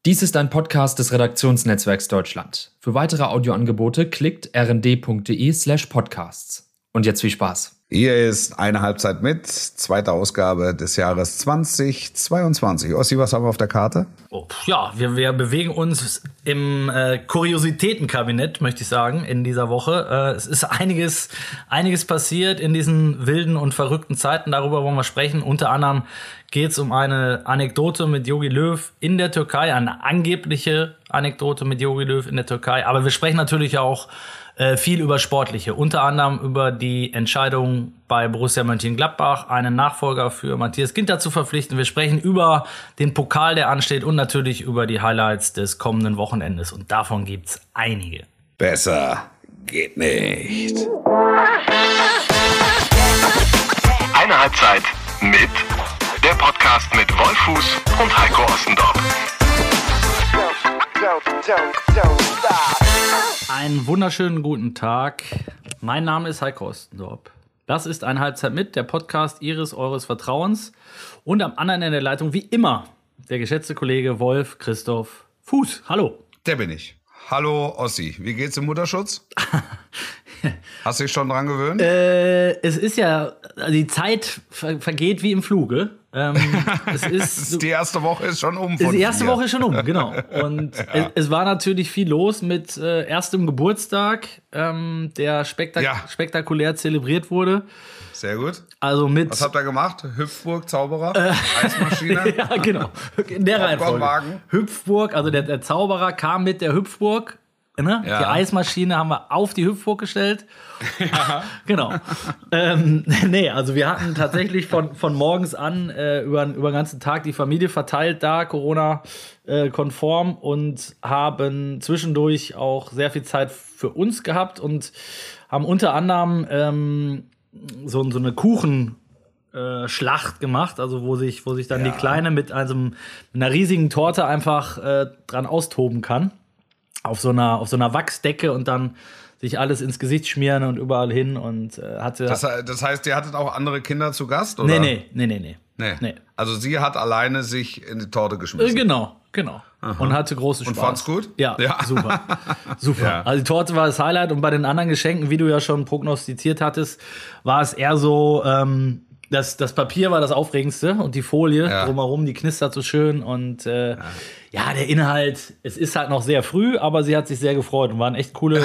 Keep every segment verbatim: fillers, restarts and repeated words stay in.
Dies ist ein Podcast des Redaktionsnetzwerks Deutschland. Für weitere Audioangebote klickt rnd.de slash podcasts. Und jetzt viel Spaß. Hier ist eine Halbzeit mit, zweite Ausgabe des Jahres zwanzig zweiundzwanzig. Ossi, was haben wir auf der Karte? Oh, ja, wir, wir bewegen uns im äh, Kuriositätenkabinett, möchte ich sagen, in dieser Woche. Äh, es ist einiges, einiges passiert in diesen wilden und verrückten Zeiten. Darüber wollen wir sprechen. Unter anderem geht es um eine Anekdote mit Jogi Löw in der Türkei, eine angebliche Anekdote mit Jogi Löw in der Türkei. Aber wir sprechen natürlich auch viel über Sportliche, unter anderem über die Entscheidung bei Borussia Mönchengladbach, einen Nachfolger für Matthias Ginter zu verpflichten. Wir sprechen über den Pokal, der ansteht, und natürlich über die Highlights des kommenden Wochenendes. Und davon gibt's einige. Besser geht nicht. Eine Halbzeit mit der Podcast mit Wolfuß und Heiko Ostendorf. Einen wunderschönen guten Tag. Mein Name ist Heiko Ostendorf. Das ist eine Halbzeit mit, der Podcast Ihres, Eures Vertrauens. Und am anderen Ende der Leitung, wie immer, der geschätzte Kollege Wolf Christoph Fuß. Hallo. Der bin ich. Hallo Ossi, wie geht's im Mutterschutz? Hast du dich schon dran gewöhnt? Äh, es ist ja, die Zeit ver- vergeht wie im Fluge. Ähm, es ist, die erste Woche ist schon um. Von die erste dir. Woche ist schon um, genau. Und ja. es, es war natürlich viel los mit äh, erstem Geburtstag, ähm, der spektak- ja. spektakulär zelebriert wurde. Sehr gut. Also mit. Was habt ihr gemacht? Hüpfburg, Zauberer, äh, Eismaschine? Ja, genau. In der Reihenfolge. Hüpfburg, also der, der Zauberer kam mit der Hüpfburg. Ne? Ja. Die Eismaschine haben wir auf die Hüpfburg gestellt. Ja. Genau. ähm, nee, also wir hatten tatsächlich von, von morgens an äh, über, über den ganzen Tag die Familie verteilt da, Corona-konform, äh, und haben zwischendurch auch sehr viel Zeit für uns gehabt und haben unter anderem ähm, so, so eine Kuchen Schlacht gemacht, also wo sich, wo sich dann ja. die Kleine mit einem, mit einer riesigen Torte einfach äh, dran austoben kann. Auf so einer, auf so einer Wachsdecke und dann sich alles ins Gesicht schmieren und überall hin und äh, hatte. Das, das heißt, ihr hattet auch andere Kinder zu Gast, oder? Nee, nee, nee, nee, nee. nee. nee. Also sie hat alleine sich in die Torte geschmissen. Äh, genau, genau. Aha. Und hatte großen Spaß. Und fand's gut? Ja, ja. super. Super. Ja. Also die Torte war das Highlight und bei den anderen Geschenken, wie du ja schon prognostiziert hattest, war es eher so, ähm, Das, das Papier war das Aufregendste und die Folie ja. drumherum, die knistert so schön und äh, ja. ja, der Inhalt, es ist halt noch sehr früh, aber sie hat sich sehr gefreut und waren echt coole,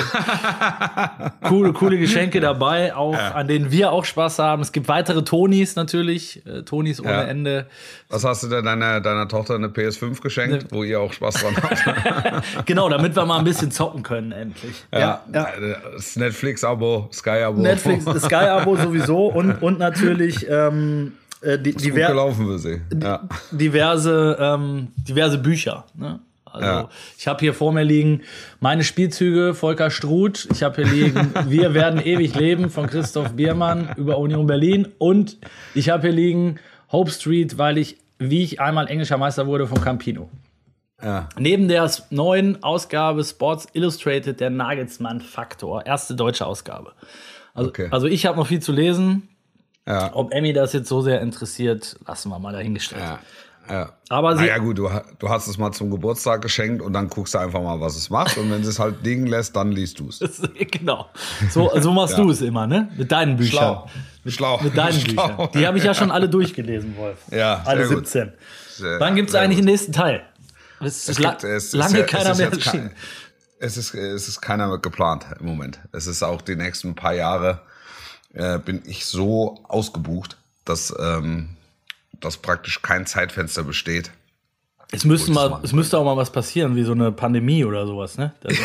coole, coole Geschenke dabei, auch ja. an denen wir auch Spaß haben. Es gibt weitere Tonis natürlich, äh, Tonis ohne ja. Ende. Was hast du denn deiner, deiner Tochter eine P S fünf geschenkt, ne. wo ihr auch Spaß dran habt? Genau, damit wir mal ein bisschen zocken können endlich. Ja, ja. ja. Das Netflix-Abo, Sky-Abo. Netflix, Sky-Abo sowieso und, und natürlich ähm, äh, die, ist diver- gut gelaufen für sie. Ja. diverse, ähm, diverse Bücher. Ne? Also ja. ich habe hier vor mir liegen meine Spielzüge, Volker Struth. Ich habe hier liegen Wir werden ewig leben von Christoph Biermann über Union Berlin. Und ich habe hier liegen Hope Street, weil ich, wie ich einmal englischer Meister wurde, von Campino. Ja. Neben der neuen Ausgabe Sports Illustrated, der Nagelsmann-Faktor. Erste deutsche Ausgabe. Also, okay. also ich habe noch viel zu lesen. Ja. Ob Emmy das jetzt so sehr interessiert, lassen wir mal dahingestellt. Ja. Ja. Aber sie, naja gut, du, du hast es mal zum Geburtstag geschenkt und dann guckst du einfach mal, was es macht. Und wenn es halt liegen lässt, dann liest du es. Genau. So, so machst ja. du es immer, ne? Mit deinen Büchern. Schlau. Mit, Schlau. Mit deinen Schlau. Büchern. Die habe ich ja schon alle durchgelesen, Wolf. Ja, alle sehr siebzehn. Gut. Sehr, Wann gibt es eigentlich gut. den nächsten Teil? Es ist la- gibt, es lange ist, keiner es mehr erschienen. Kein, es, ist, es ist keiner geplant im Moment. Es ist auch die nächsten paar Jahre äh, bin ich so ausgebucht, dass, ähm, dass praktisch kein Zeitfenster besteht. Es müsste, mal, es müsste auch mal was passieren, wie so eine Pandemie oder sowas, ne? Das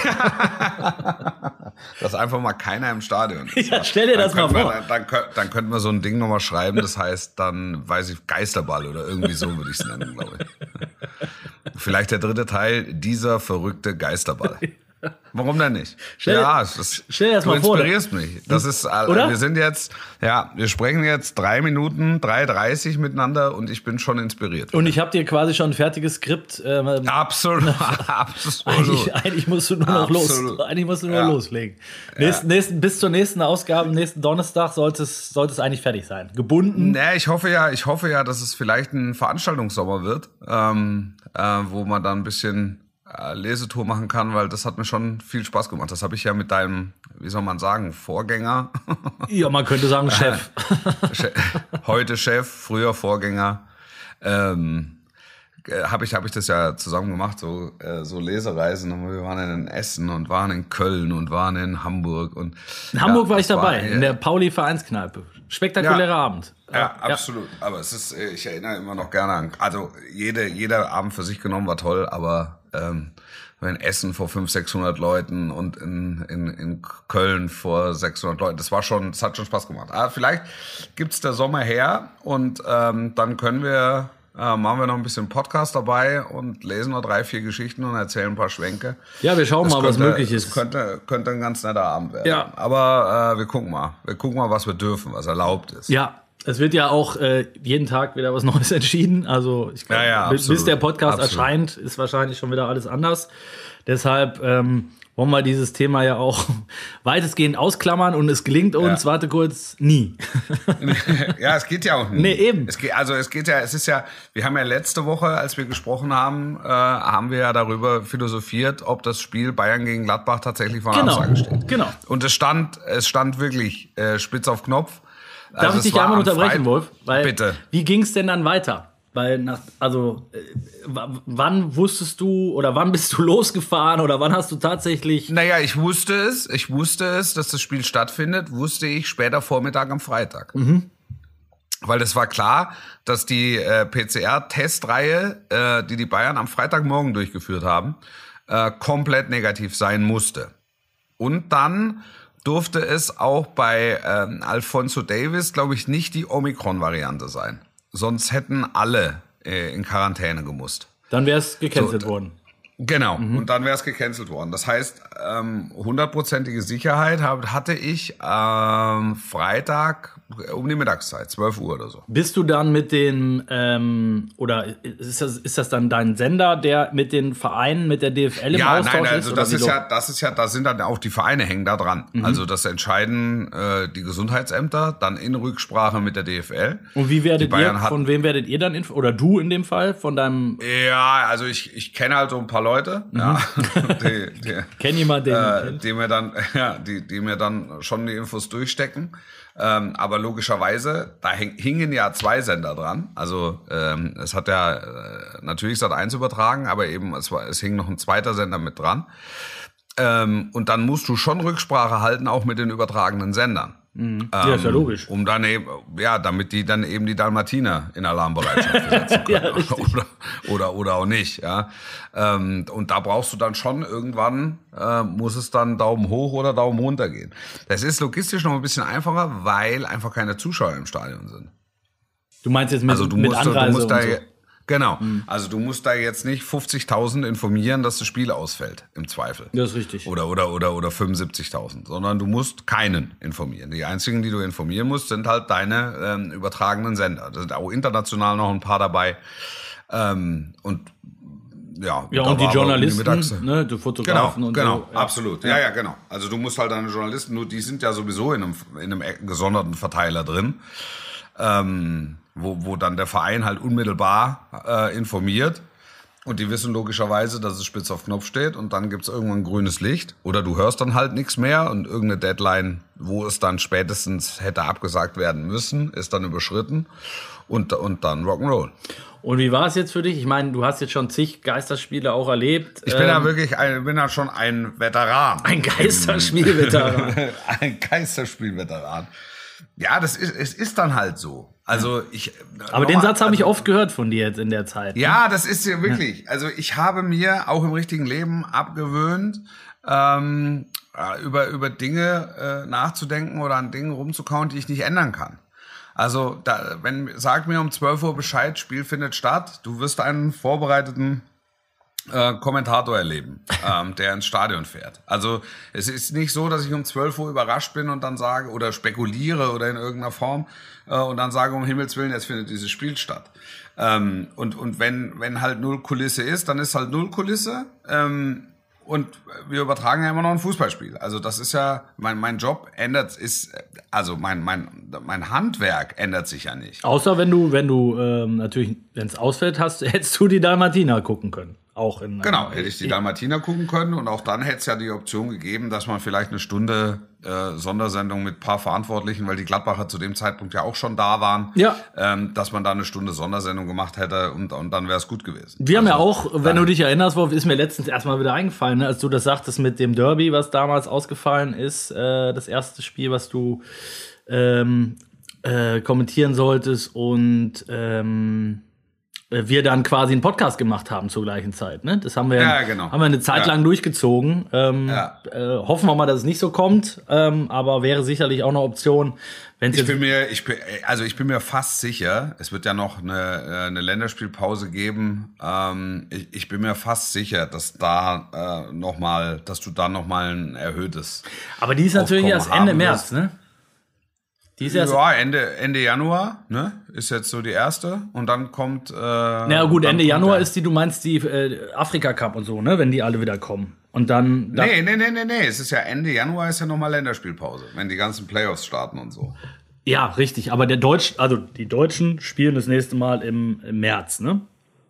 Dass einfach mal keiner im Stadion ist. Ja, stell dir das mal vor. Wir, dann, dann, dann könnten wir so ein Ding nochmal schreiben, das heißt dann, weiß ich, Geisterball oder irgendwie so würde ich es nennen, glaube ich. Vielleicht der dritte Teil, dieser verrückte Geisterball. Warum denn nicht? Stell, ja, es ist, stell dir das du mal vor. Du inspirierst mich. Das ist, Oder? Wir sind jetzt, ja, wir sprechen jetzt drei Minuten, drei dreißig miteinander und ich bin schon inspiriert. Und ich habe dir quasi schon ein fertiges Skript. Ähm, absolut, absolut. Eigentlich, eigentlich musst du nur noch absolut. los. Eigentlich musst du nur ja. loslegen. Nächsten, nächsten, bis zur nächsten Ausgabe, nächsten Donnerstag sollte es, sollte es eigentlich fertig sein. Gebunden. Nee, ich hoffe ja, ich hoffe ja, dass es vielleicht ein Veranstaltungssommer wird, ähm, äh, wo man dann ein bisschen Lesetour machen kann, weil das hat mir schon viel Spaß gemacht. Das habe ich ja mit deinem, wie soll man sagen, Vorgänger. Ja, man könnte sagen Chef. Heute Chef, früher Vorgänger. Ähm, habe ich, hab ich das ja zusammen gemacht, so, äh, so Lesereisen. Und wir waren in Essen und waren in Köln und waren in Hamburg. Und, in Hamburg ja, war ich dabei, war, in der Pauli-Vereinskneipe. Spektakulärer ja, Abend. Ja, ja, absolut. Aber es ist, ich erinnere immer noch gerne an, also jede, jeder Abend für sich genommen war toll, aber ähm, in Essen vor fünfhundert, sechshundert Leuten und in, in, in Köln vor sechshundert Leuten, das war schon, das hat schon Spaß gemacht. Aber vielleicht gibt's der Sommer her und ähm, dann können wir, äh, machen wir noch ein bisschen Podcast dabei und lesen noch drei, vier Geschichten und erzählen ein paar Schwänke. Ja, wir schauen das mal, könnte, was möglich ist. Das könnte, könnte ein ganz netter Abend werden. Ja. Aber äh, wir gucken mal. Wir gucken mal, was wir dürfen, was erlaubt ist. Ja. Es wird ja auch äh, jeden Tag wieder was Neues entschieden. Also ich glaube, ja, ja, bis, bis der Podcast absolut. erscheint, ist wahrscheinlich schon wieder alles anders. Deshalb ähm, wollen wir dieses Thema ja auch weitestgehend ausklammern und es gelingt uns, ja. warte kurz, nie. Ja, es geht ja auch nie. Nee, eben. Es geht, also es geht ja, es ist ja, wir haben ja letzte Woche, als wir gesprochen haben, äh, haben wir ja darüber philosophiert, ob das Spiel Bayern gegen Gladbach tatsächlich vor einer genau. Absage steht. Genau. Und es stand, es stand wirklich äh, spitz auf Knopf. Darf also ich dich einmal unterbrechen, Wolf? Weil, Bitte. Wie ging es denn dann weiter? Weil nach, also äh, w- wann wusstest du oder wann bist du losgefahren oder wann hast du tatsächlich... Naja, ich wusste es, ich wusste es, dass das Spiel stattfindet, wusste ich später Vormittag am Freitag. Mhm. Weil es war klar, dass die äh, P C R-Testreihe, äh, die die Bayern am Freitagmorgen durchgeführt haben, äh, komplett negativ sein musste. Und dann durfte es auch bei ähm, Alphonso Davies, glaube ich, nicht die Omikron-Variante sein. Sonst hätten alle äh, in Quarantäne gemusst. Dann wäre es gecancelt so, worden. Genau, mhm. Und dann wäre es gecancelt worden. Das heißt, ähm, hundertprozentige Sicherheit hab, hatte ich ähm, Freitag um die Mittagszeit, zwölf Uhr oder so. Bist du dann mit den, ähm, oder ist das, ist das dann dein Sender, der mit den Vereinen, mit der D F L im ja, Austausch nein, ist? also das ist ja, das ist ja, da sind dann auch die Vereine hängen da dran. Mhm. Also das entscheiden äh, die Gesundheitsämter dann in Rücksprache mit der D F L. Und wie werdet ihr, hat, von wem werdet ihr dann, inf- oder du in dem Fall, von deinem... Ja, also ich, ich kenne halt so ein paar Leute, mhm. ja, die, die, kenn jemanden, den äh, die mir dann, ja, die, die mir dann schon die Infos durchstecken. Ähm, aber logischerweise, da häng, hingen ja zwei Sender dran. Also ähm, es hat ja äh, natürlich Sat eins übertragen, aber eben es, war, es hing noch ein zweiter Sender mit dran. Ähm, und dann musst du schon Rücksprache halten, auch mit den übertragenen Sendern. Mhm. Ja, ist ja logisch. Um dann eben, ja, damit die dann eben die Dalmatiner in Alarmbereitschaft versetzen können. Ja, oder, oder, oder auch nicht, ja. Ähm, und da brauchst du dann schon irgendwann, äh, muss es dann Daumen hoch oder Daumen runter gehen. Das ist logistisch noch ein bisschen einfacher, weil einfach keine Zuschauer im Stadion sind. Du meinst jetzt mit, also du mit musst, Anreise du musst da, und so. Genau, mhm. Also du musst da jetzt nicht fünfzigtausend informieren, dass das Spiel ausfällt, im Zweifel. Das ist richtig. Oder, oder, oder, oder fünfundsiebzigtausend, sondern du musst keinen informieren. Die einzigen, die du informieren musst, sind halt deine ähm, übertragenen Sender. Da sind auch international noch ein paar dabei. Ähm, und ja, ja und die Journalisten, die ne, die Fotografen genau, und genau, so. Genau, absolut. Ja. ja, ja, genau. Also du musst halt deine Journalisten, nur die sind ja sowieso in einem, in einem gesonderten Verteiler drin. Ähm, Wo, wo dann der Verein halt unmittelbar äh, informiert und die wissen logischerweise, dass es spitz auf Knopf steht und dann gibt's irgendwann grünes Licht oder du hörst dann halt nichts mehr und irgendeine Deadline, wo es dann spätestens hätte abgesagt werden müssen, ist dann überschritten und, und dann Rock'n'Roll. Und wie war es jetzt für dich? Ich meine, du hast jetzt schon zig Geisterspiele auch erlebt. Ich bin ähm, ja wirklich, ein, bin ja schon ein Veteran. Ein Geisterspielveteran. Ein Geisterspielveteran. Ja, das ist, es ist dann halt so. Also ich. Aber den Satz habe ich oft gehört von dir jetzt in der Zeit. Ne? Ja, das ist ja wirklich. Also ich habe mir auch im richtigen Leben abgewöhnt, ähm, über über Dinge äh, nachzudenken oder an Dingen rumzukauen, die ich nicht ändern kann. Also da, wenn sag mir um zwölf Uhr Bescheid, Spiel findet statt, du wirst einen vorbereiteten äh, Kommentator erleben, ähm, der ins Stadion fährt. Also es ist nicht so, dass ich um zwölf Uhr überrascht bin und dann sage oder spekuliere oder in irgendeiner Form äh, und dann sage, um Himmels Willen, jetzt findet dieses Spiel statt. Ähm, und und wenn wenn halt null Kulisse ist, dann ist halt null Kulisse. Ähm, Und wir übertragen ja immer noch ein Fußballspiel. Also das ist ja, mein mein Job ändert, ist, also mein mein mein Handwerk ändert sich ja nicht. Außer wenn du, wenn du ähm, natürlich, wenn es ausfällt hast, hättest du die Dalmatiner gucken können. Auch in, genau, hätte ich die Dalmatiner gucken können und auch dann hätte es ja die Option gegeben, dass man vielleicht eine Stunde äh, Sondersendung mit ein paar Verantwortlichen, weil die Gladbacher zu dem Zeitpunkt ja auch schon da waren, ja. ähm, dass man da eine Stunde Sondersendung gemacht hätte und, und dann wäre es gut gewesen. Wir also, haben ja auch, wenn du dich erinnerst, Wolf, ist mir letztens erstmal wieder eingefallen, ne, als du das sagtest mit dem Derby, was damals ausgefallen ist, äh, das erste Spiel, was du ähm, äh, kommentieren solltest und ähm, wir dann quasi einen Podcast gemacht haben zur gleichen Zeit. Ne? Das haben wir, ja, genau. haben wir eine Zeit lang ja. durchgezogen. Ähm, ja. äh, hoffen wir mal, dass es nicht so kommt, ähm, aber wäre sicherlich auch eine Option. Wenn's ich jetzt bin mir, ich bin, also ich bin mir fast sicher, es wird ja noch eine, eine Länderspielpause geben. Ähm, ich, ich bin mir fast sicher, dass da äh, noch mal, dass du da noch mal ein erhöhtes. Aber die ist natürlich erst Ende März, ne? Die ist erst ja, Ende, Ende Januar, ne? Ist jetzt so die erste. Und dann kommt. Äh, Na gut, Ende Januar ist die, du meinst die äh, Afrika Cup und so, ne? Wenn die alle wieder kommen. Und dann. dann nee, nee, nee, nee, nee. Es ist ja Ende Januar ist ja nochmal Länderspielpause, wenn die ganzen Playoffs starten und so. Ja, richtig. Aber der Deutsch, also die Deutschen spielen das nächste Mal im, im März, ne?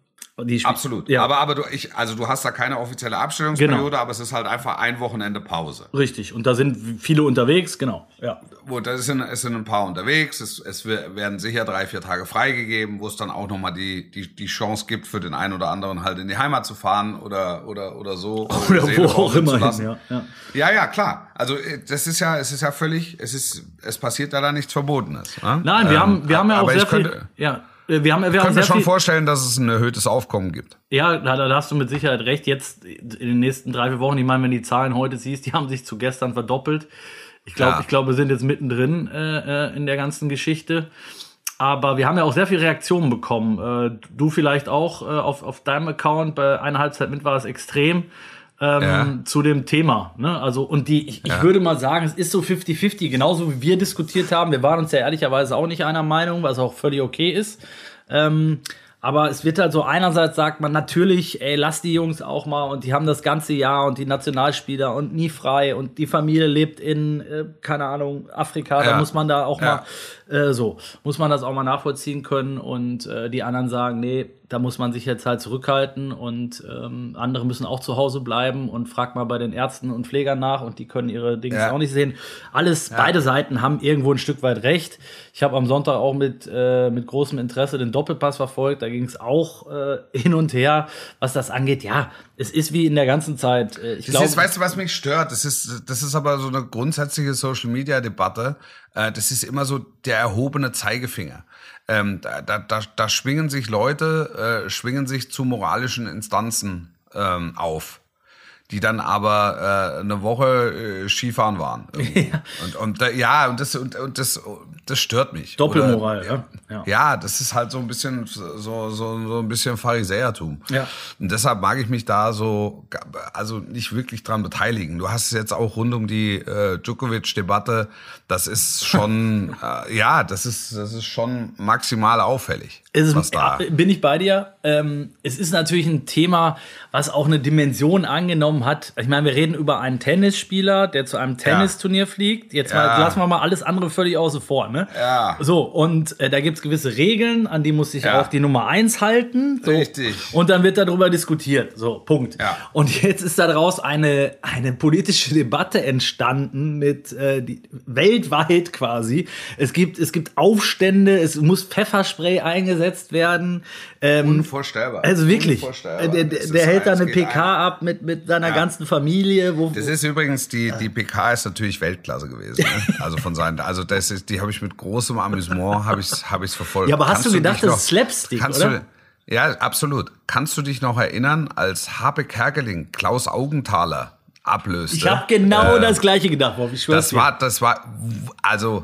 Die Absolut. Ja. Aber, aber du, ich, also du hast da keine offizielle Abstellungsperiode, genau. aber es ist halt einfach ein Wochenende Pause. Richtig. Und da sind viele unterwegs, genau. Ja. Wo, da sind, es sind ein paar unterwegs. Es, es werden sicher drei, vier Tage freigegeben, wo es dann auch nochmal die, die, die Chance gibt, für den einen oder anderen halt in die Heimat zu fahren oder, oder, oder so. Oder, oder wo auch immer hin, ja, ja. Ja, ja, klar. Also, das ist ja, es ist ja völlig, es ist, es passiert da nichts Verbotenes. Ne? Nein, wir ähm, haben, wir haben ja auch sehr könnte, viel, ja. Wir haben, wir ich haben könnte mir schon viel vorstellen, dass es ein erhöhtes Aufkommen gibt. Ja, da, da hast du mit Sicherheit recht. Jetzt in den nächsten drei, vier Wochen, ich meine, wenn die Zahlen heute siehst, die haben sich zu gestern verdoppelt. Ich glaube, ja. ich glaube, wir sind jetzt mittendrin äh, in der ganzen Geschichte. Aber wir haben ja auch sehr viele Reaktionen bekommen. Äh, du vielleicht auch äh, auf, auf deinem Account. Bei einer Halbzeit mit war es extrem. Ähm, ja. Zu dem Thema, ne? Also, und die, ich, ich ja. würde mal sagen, es ist so fifty fifty, genauso wie wir diskutiert haben. Wir waren uns ja ehrlicherweise auch nicht einer Meinung, was auch völlig okay ist. Ähm, aber es wird halt so, einerseits sagt man natürlich, ey, lass die Jungs auch mal und die haben das ganze Jahr und die Nationalspieler und nie frei und die Familie lebt in, äh, keine Ahnung, Afrika, ja. da muss man da auch ja. mal, äh, so, muss man das auch mal nachvollziehen können und äh, die anderen sagen, nee, da muss man sich jetzt halt zurückhalten und ähm, andere müssen auch zu Hause bleiben und fragt mal bei den Ärzten und Pflegern nach und die können ihre Dinge ja. auch nicht sehen. Alles, ja. beide Seiten haben irgendwo ein Stück weit recht. Ich habe am Sonntag auch mit äh, mit großem Interesse den Doppelpass verfolgt. Da ging es auch äh, hin und her, was das angeht. Ja, es ist wie in der ganzen Zeit. Äh, ich das glaub, ist, weißt du, was mich stört? Das ist, das ist aber so eine grundsätzliche Social-Media-Debatte. Äh, das ist immer so der erhobene Zeigefinger. Ähm, da, da, da, da schwingen sich Leute, äh, schwingen sich zu moralischen Instanzen ähm, auf, die dann aber äh, eine Woche äh, Skifahren waren. Ja. Und, und äh, ja, und das und, und das das stört mich. Doppelmoral, Oder, ja. ja. Ja, das ist halt so ein bisschen so so so ein bisschen Pharisäertum. Ja. Und deshalb mag ich mich da so also nicht wirklich dran beteiligen. Du hast es jetzt auch rund um die äh, Djokovic-Debatte. Das ist schon äh, ja, das ist das ist schon maximal auffällig. Es ist, da bin ich bei dir. Ähm, es ist natürlich ein Thema, was auch eine Dimension angenommen hat. Ich meine, wir reden über einen Tennisspieler, der zu einem Tennisturnier ja. fliegt. Jetzt ja. mal, lassen wir mal alles andere völlig außen vor. Ne? Ja. So, und äh, da gibt es gewisse Regeln, an die muss sich ja. auch die Nummer eins halten. So. Richtig. Und dann wird darüber diskutiert. So, Punkt. Ja. Und jetzt ist daraus eine, eine politische Debatte entstanden, mit äh, die, weltweit quasi. Es gibt, es gibt Aufstände, es muss Pfefferspray eingesetzt werden. Ähm, Unvorstellbar. Also wirklich. Unvorstellbar. Der, der, der hält da eine P K ein. ab mit, mit seiner ja. ganzen Familie. Wo, das ist übrigens, die, die P K ist natürlich Weltklasse gewesen. Ne? Also von seinen, also das ist, die habe ich mit großem Amüsement, habe ich habe ich verfolgt. Ja, aber hast Kannst du gedacht, das ist Slapstick, oder? Du, ja, absolut. Kannst du dich noch erinnern, als Harpe Kerkeling Klaus Augenthaler ablöste? Ich habe genau äh, das Gleiche gedacht, Bob. Ich schwör's das war, das war, also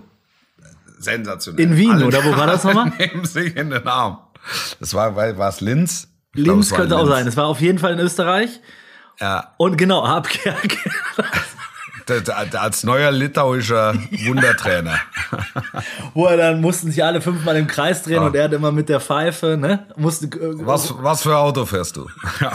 sensationell. In Wien, Alle oder wo war das nochmal? Nehmen sich in den Arm. Das war, weil war es Linz? Linz glaub, könnte auch sein. Es war auf jeden Fall in Österreich. Ja. Und genau, hab als neuer litauischer Wundertrainer. Wo er dann mussten sich alle fünfmal im Kreis drehen ja. und er hat immer mit der Pfeife, ne? Musste, was, was für Auto fährst du? Ja.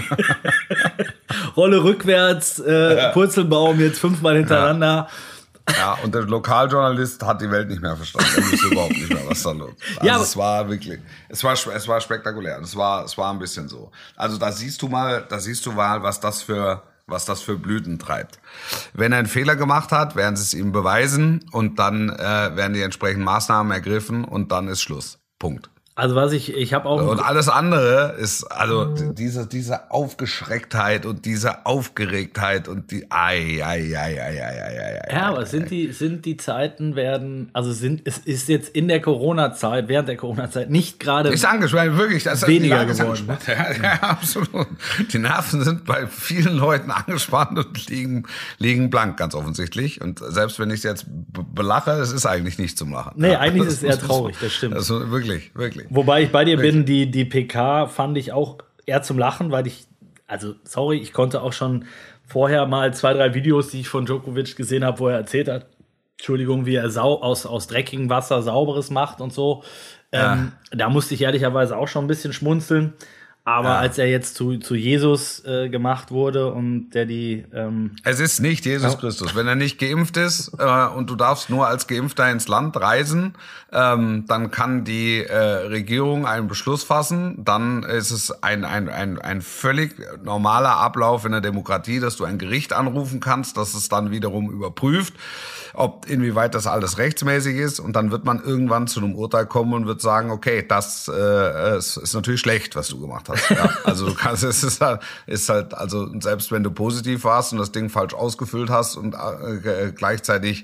Rolle rückwärts, äh, ja. Purzelbaum jetzt fünfmal hintereinander. Ja. ja, und der Lokaljournalist hat die Welt nicht mehr verstanden. Er wusste überhaupt nicht mehr, was da los ist. Also ja, es war wirklich, es war, es war spektakulär. Es war, es war ein bisschen so. Also da siehst du mal, da siehst du mal, was das für, was das für Blüten treibt. Wenn er einen Fehler gemacht hat, werden sie es ihm beweisen und dann äh, werden die entsprechenden Maßnahmen ergriffen und dann ist Schluss. Punkt. Also was ich, ich habe auch... Und alles andere ist, also diese, diese Aufgeschrecktheit und diese Aufgeregtheit und die... Ai, ai, ai, ai, ai, ai, ai, ja, aber sind die, sind die Zeiten werden... Also sind es ist jetzt in der Corona-Zeit, während der Corona-Zeit nicht gerade... Ist angespannt, wirklich. Das weniger geworden. Ja, ja, absolut. Die Nerven sind bei vielen Leuten angespannt und liegen, liegen blank, ganz offensichtlich. Und selbst wenn ich es jetzt belache, es ist eigentlich nicht zum Lachen. Nee, eigentlich das ist es eher traurig, das stimmt. Also wirklich, wirklich. Wobei ich bei dir bin, die, die P K fand ich auch eher zum Lachen, weil ich, also sorry, ich konnte auch schon vorher mal zwei, drei Videos, die ich von Djokovic gesehen habe, wo er erzählt hat, Entschuldigung, wie er sau, aus, aus dreckigem Wasser Sauberes macht und so. Ja. Ähm, da musste ich ehrlicherweise auch schon ein bisschen schmunzeln. Aber ja. als er jetzt zu, zu Jesus äh, gemacht wurde und der die... Ähm es ist nicht Jesus Christus. Wenn er nicht geimpft ist äh, und du darfst nur als Geimpfter ins Land reisen, ähm, dann kann die äh, Regierung einen Beschluss fassen. Dann ist es ein, ein, ein, ein völlig normaler Ablauf in der Demokratie, dass du ein Gericht anrufen kannst, das es dann wiederum überprüft, ob inwieweit das alles rechtsmäßig ist. Und dann wird man irgendwann zu einem Urteil kommen und wird sagen, okay, das äh, ist, ist natürlich schlecht, was du gemacht hast. Ja, also du kannst, es ist halt, ist halt, also selbst wenn du positiv warst und das Ding falsch ausgefüllt hast und äh, gleichzeitig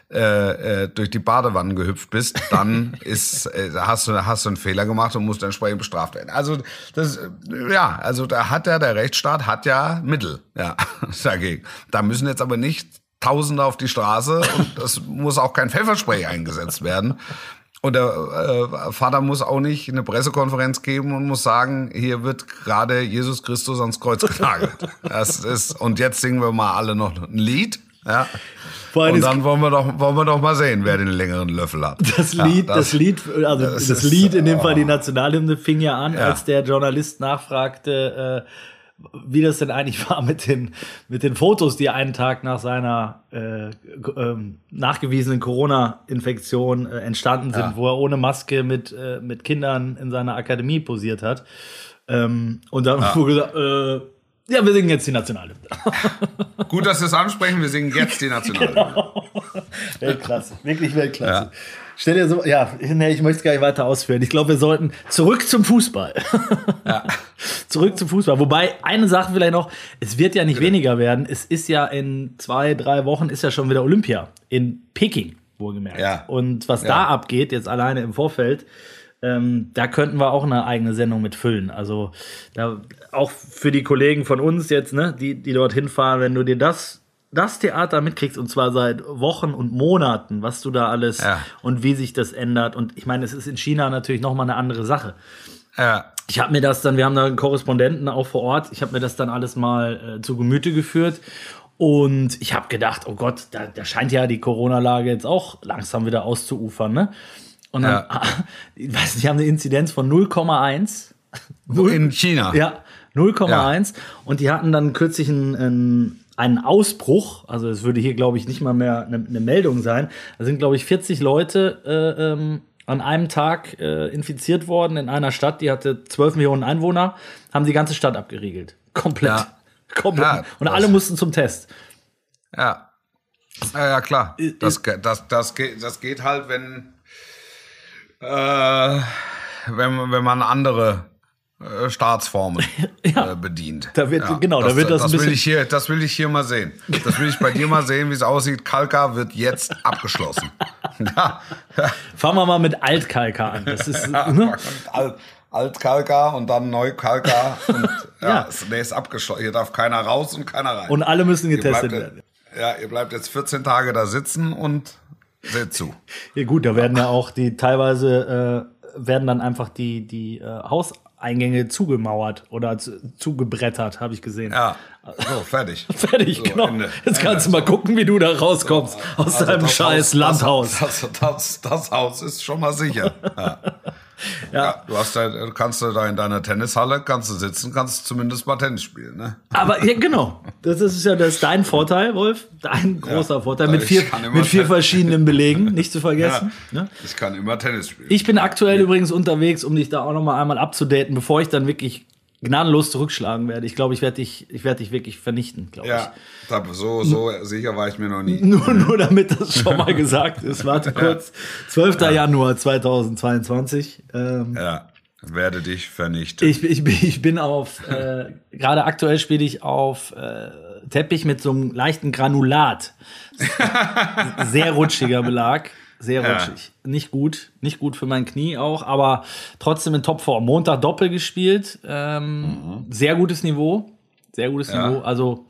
äh, äh, durch die Badewanne gehüpft bist, dann ist, äh, hast du, hast du einen Fehler gemacht und musst entsprechend bestraft werden. Also das, ja, also da hat ja der Rechtsstaat hat ja Mittel, ja, dagegen. Da müssen jetzt aber nicht Tausende auf die Straße und es muss auch kein Pfefferspray eingesetzt werden. Und der äh, Vater muss auch nicht eine Pressekonferenz geben und muss sagen, hier wird gerade Jesus Christus ans Kreuz genagelt. Das ist, und jetzt singen wir mal alle noch ein Lied. Ja. Und dann wollen wir doch, wollen wir doch mal sehen, wer den längeren Löffel hat. Das Lied, ja, das, das Lied, also das, das Lied, in dem Fall die Nationalhymne, fing ja an, ja. als der Journalist nachfragte, äh, wie das denn eigentlich war mit den, mit den Fotos, die einen Tag nach seiner äh, ähm, nachgewiesenen Corona-Infektion äh, entstanden sind, ja. wo er ohne Maske mit, äh, mit Kindern in seiner Akademie posiert hat. Ähm, und dann ja. wurde gesagt, äh, ja, wir singen jetzt die Nationalhymne. Gut, dass Sie es ansprechen, wir singen jetzt die Nationalhymne. Genau. Weltklasse, wirklich Weltklasse. Ja. Stell dir so, ja, nee, ich möchte es gar nicht weiter ausführen. Ich glaube, wir sollten zurück zum Fußball. Ja. Zurück zum Fußball. Wobei, eine Sache vielleicht noch, es wird ja nicht Bitte. weniger werden. Es ist ja in zwei, drei Wochen ist ja schon wieder Olympia in Peking, wohlgemerkt. Ja. Und was ja. da abgeht, jetzt alleine im Vorfeld, ähm, da könnten wir auch eine eigene Sendung mit füllen. Also da, auch für die Kollegen von uns jetzt, ne, die, die dort hinfahren, wenn du dir das das Theater mitkriegst, und zwar seit Wochen und Monaten, was du da alles ja. und wie sich das ändert. Und ich meine, es ist in China natürlich nochmal eine andere Sache. Ja. Ich habe mir das dann, wir haben da einen Korrespondenten auch vor Ort, ich habe mir das dann alles mal äh, zu Gemüte geführt. Und ich habe gedacht, oh Gott, da, da scheint ja die Corona-Lage jetzt auch langsam wieder auszuufern, ne? Und dann, ja. ich weiß nicht, die haben eine Inzidenz von null Komma eins. In China? Ja, null Komma eins. Ja. Und die hatten dann kürzlich einen, einen einen Ausbruch, also es würde hier, glaube ich, nicht mal mehr eine, eine Meldung sein. Da sind, glaube ich, vierzig Leute äh, ähm, an einem Tag äh, infiziert worden in einer Stadt, die hatte zwölf Millionen Einwohner, haben die ganze Stadt abgeriegelt. Komplett. Ja. Komplett. Ja, und alle mussten zum Test. Ja. Ja, ja klar. Das, das, das, geht, das geht halt, wenn, äh, wenn, wenn man andere Staatsformen ja. äh, bedient. Da wird, ja, genau, das, da wird das, das ein will ich hier, das will ich hier mal sehen. Das will ich bei dir mal sehen, wie es aussieht. Kalka wird jetzt abgeschlossen. ja. Fangen wir mal mit Altkalka an. Das ist, ja, ne? Alt, Altkalka und dann Neukalka. Und ja, ja. Es, nee, ist abgeschlossen. Hier darf keiner raus und keiner rein. Und alle müssen getestet werden. Ja, ihr bleibt jetzt vierzehn Tage da sitzen und seht zu. Ja gut, da werden ja auch die teilweise äh, werden dann einfach die, die äh, Haus Eingänge zugemauert oder zu, zugebrettert, habe ich gesehen. Ja, so, fertig. fertig, so, genau. Ende. Jetzt kannst Ende. du mal gucken, wie du da rauskommst so, aus also deinem scheiß Haus, Landhaus. Das, das, das, das Haus ist schon mal sicher. Ja. Ja. Ja, du hast da, kannst du da in deiner Tennishalle, kannst du sitzen, kannst zumindest mal Tennis spielen, ne? Aber ja, genau, das ist ja das ist dein Vorteil, Wolf, dein großer ja, Vorteil mit vier, mit vier verschiedenen Belegen, nicht zu vergessen. Ja, ne? Ich kann immer Tennis spielen. Ich bin aktuell ja. übrigens unterwegs, um dich da auch noch mal einmal abzudaten, bevor ich dann wirklich gnadenlos zurückschlagen werde. Ich glaube, ich werde dich, ich werde dich wirklich vernichten, glaube ja, ich. Ja, so, so sicher war ich mir noch nie. Nur, nur damit das schon mal gesagt ist. Warte kurz. zwölfter Januar zweitausendzweiundzwanzig. Ähm, ja, werde dich vernichten. Ich, ich, ich bin auf, äh, gerade aktuell spiele ich auf äh, Teppich mit so einem leichten Granulat. Sehr rutschiger Belag. Sehr rutschig. Ja. Nicht gut. Nicht gut für mein Knie auch, aber trotzdem in Topform. Montag Doppel gespielt. Ähm, mhm. Sehr gutes Niveau. Sehr gutes ja. Niveau. Also,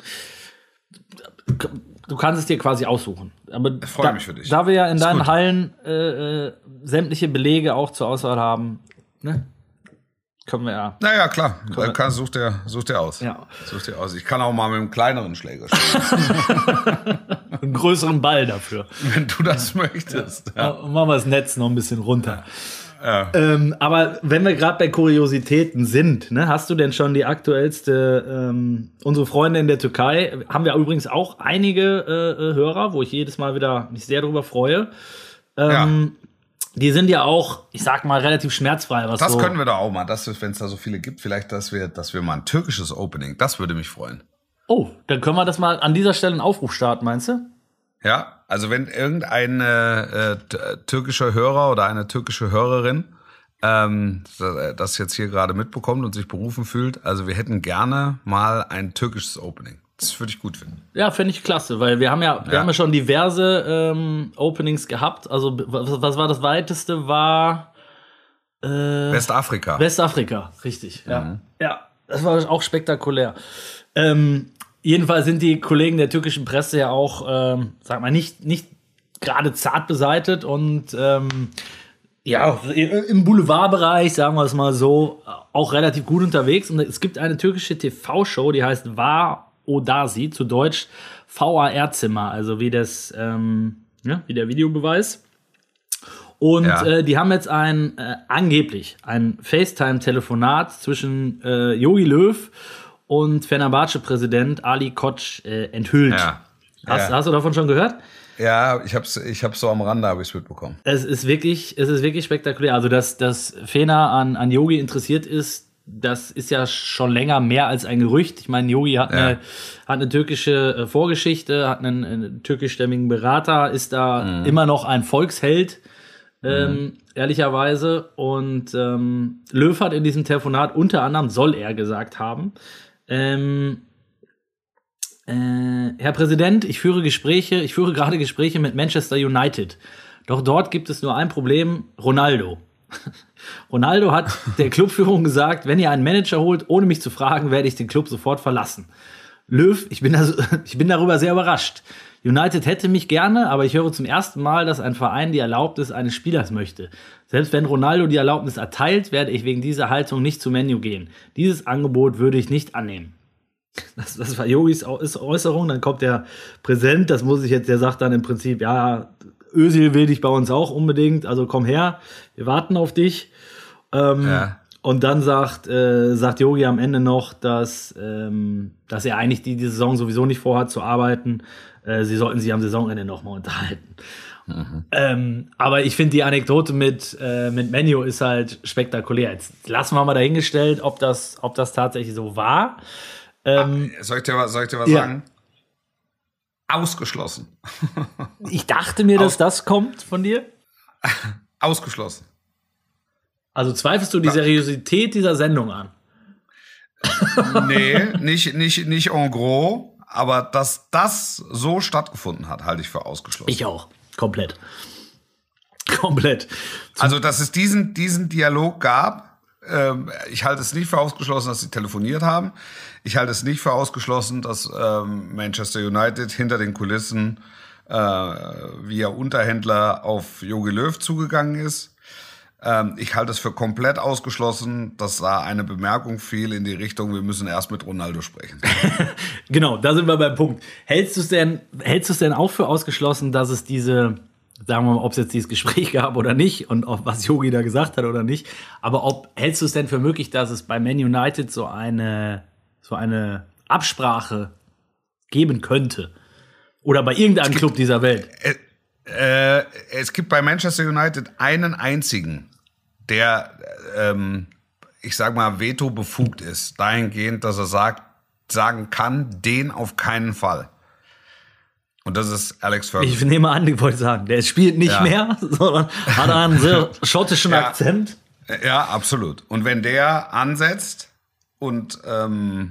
du kannst es dir quasi aussuchen. Aber ich freue mich für dich. Da wir ja in deinen gut. Hallen äh, äh, sämtliche Belege auch zur Auswahl haben, ne? Können wir ja. Naja, klar. Dann kann, such, dir, such dir aus. Ja. Such dir aus. Ich kann auch mal mit einem kleineren Schläger spielen. Einen größeren Ball dafür. Wenn du das möchtest. Ja. Ja. Machen wir das Netz noch ein bisschen runter. Ja. Ähm, aber wenn wir gerade bei Kuriositäten sind, ne, hast du denn schon die aktuellste, ähm, unsere Freunde in der Türkei, haben wir übrigens auch einige äh, Hörer, wo ich jedes Mal wieder mich sehr darüber freue. Ähm, ja. Die sind ja auch, ich sag mal, relativ schmerzfrei. Was das so können wir doch auch mal, wenn es da so viele gibt, vielleicht, dass wir, dass wir mal ein türkisches Opening, das würde mich freuen. Oh, dann können wir das mal an dieser Stelle einen Aufruf starten, meinst du? Ja, also wenn irgendein äh, türkischer Hörer oder eine türkische Hörerin ähm, das jetzt hier gerade mitbekommt und sich berufen fühlt, also wir hätten gerne mal ein türkisches Opening. Das würde ich gut finden. Ja, finde ich klasse, weil wir haben ja, wir ja. haben ja schon diverse ähm, Openings gehabt. Also was, was war das weiteste? War äh, Westafrika. Westafrika, richtig. Ja, mhm. ja, das war auch spektakulär. Ähm, jedenfalls sind die Kollegen der türkischen Presse ja auch, ähm, sag mal, nicht nicht gerade zart beseitet und ähm, ja, im Boulevardbereich, sagen wir es mal so, auch relativ gut unterwegs. Und es gibt eine türkische T V-Show, die heißt Var Odasi, zu Deutsch V A R-Zimmer, also wie das, ähm, ja, wie der Videobeweis. Und ja. äh, die haben jetzt ein, äh, angeblich, ein FaceTime-Telefonat zwischen äh, Jogi Löw und Fenerbahce-Präsident Ali Koç äh, enthüllt. Ja. Hast, ja. hast du davon schon gehört? Ja, ich hab's, ich hab's so am Rande, habe ich es mitbekommen. Es ist wirklich, es ist wirklich spektakulär. Also, dass, dass Fener an, an Yogi interessiert ist, das ist ja schon länger mehr als ein Gerücht. Ich meine, Yogi hat, ja. eine, hat eine türkische Vorgeschichte, hat einen, einen türkischstämmigen Berater, ist da mhm. immer noch ein Volksheld, ähm, mhm. ehrlicherweise. Und ähm, Löw hat in diesem Telefonat unter anderem, soll er gesagt haben, ähm, äh, Herr Präsident, ich führe Gespräche, ich führe gerade Gespräche mit Manchester United. Doch dort gibt es nur ein Problem, Ronaldo. Ronaldo hat der Clubführung gesagt, wenn ihr einen Manager holt, ohne mich zu fragen, werde ich den Club sofort verlassen. Löw, ich bin, da, ich bin darüber sehr überrascht. United hätte mich gerne, aber ich höre zum ersten Mal, dass ein Verein die Erlaubnis eines Spielers möchte. Selbst wenn Ronaldo die Erlaubnis erteilt, werde ich wegen dieser Haltung nicht zu Man U gehen. Dieses Angebot würde ich nicht annehmen. Das, das war Jogis Äußerung. Dann kommt der Präsident, das muss ich jetzt, der sagt dann im Prinzip, ja, Özil will dich bei uns auch unbedingt, also komm her, wir warten auf dich. Ähm, ja. Und dann sagt äh, sagt Jogi am Ende noch, dass, ähm, dass er eigentlich die, die Saison sowieso nicht vorhat zu arbeiten. Äh, sie sollten sich am Saisonende nochmal unterhalten. Mhm. Ähm, aber ich finde die Anekdote mit, äh, mit Man U ist halt spektakulär. Jetzt lassen wir mal dahingestellt, ob das, ob das tatsächlich so war. Ähm, ah, soll ich dir was, soll ich dir was ja. sagen? Ausgeschlossen. Ich dachte mir, dass Aus- das kommt von dir. Ausgeschlossen. Also zweifelst du die Seriosität dieser Sendung an? Nee, nicht, nicht, nicht en gros, aber dass das so stattgefunden hat, halte ich für ausgeschlossen. Ich auch. Komplett. Komplett. Also, dass es diesen, diesen Dialog gab, ähm, ich halte es nicht für ausgeschlossen, dass sie telefoniert haben. Ich halte es nicht für ausgeschlossen, dass ähm, Manchester United hinter den Kulissen äh, via Unterhändler auf Jogi Löw zugegangen ist. Ähm, ich halte es für komplett ausgeschlossen, dass da eine Bemerkung fiel in die Richtung, wir müssen erst mit Ronaldo sprechen. Genau, da sind wir beim Punkt. Hältst du es denn, hältst du es denn auch für ausgeschlossen, dass es diese, sagen wir mal, ob es jetzt dieses Gespräch gab oder nicht und ob, was Yogi da gesagt hat oder nicht, aber ob hältst du es denn für möglich, dass es bei Man United so eine, so eine Absprache geben könnte? Oder bei irgendeinem gibt, Club dieser Welt? Äh, äh, es gibt bei Manchester United einen einzigen, der, ähm, ich sag mal, Veto befugt ist, dahingehend, dass er sagt, sagen kann, den auf keinen Fall. Und das ist Alex Ferguson. Ich nehme an, ich wollte sagen, der spielt nicht ja. mehr, sondern hat einen sehr schottischen ja. Akzent. Ja, absolut. Und wenn der ansetzt und ähm,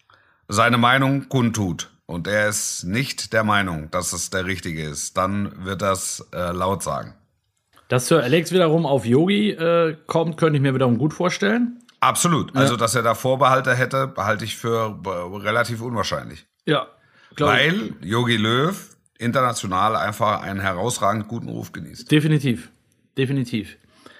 seine Meinung kundtut und er ist nicht der Meinung, dass es der Richtige ist, dann wird das äh, laut sagen. Dass Sir Alex wiederum auf Yogi äh, kommt, könnte ich mir wiederum gut vorstellen. Absolut. Ja. Also, dass er da Vorbehalte hätte, behalte ich für äh, relativ unwahrscheinlich. Ja. Weil Jogi Löw international einfach einen herausragend guten Ruf genießt. Definitiv. Definitiv.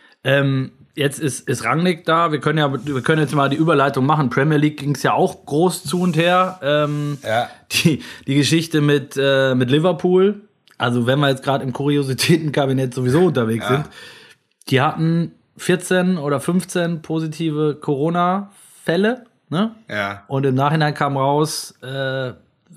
Ähm, jetzt ist, ist Rangnick da. Wir können ja, wir können jetzt mal die Überleitung machen. Premier League ging es ja auch groß zu und her. Ähm, ja. die, die Geschichte mit, äh, mit Liverpool. Also, wenn wir jetzt gerade im Kuriositätenkabinett sowieso unterwegs ja. sind. Die hatten vierzehn oder fünfzehn positive Corona-Fälle. Ne? Ja. Und im Nachhinein kam raus, äh,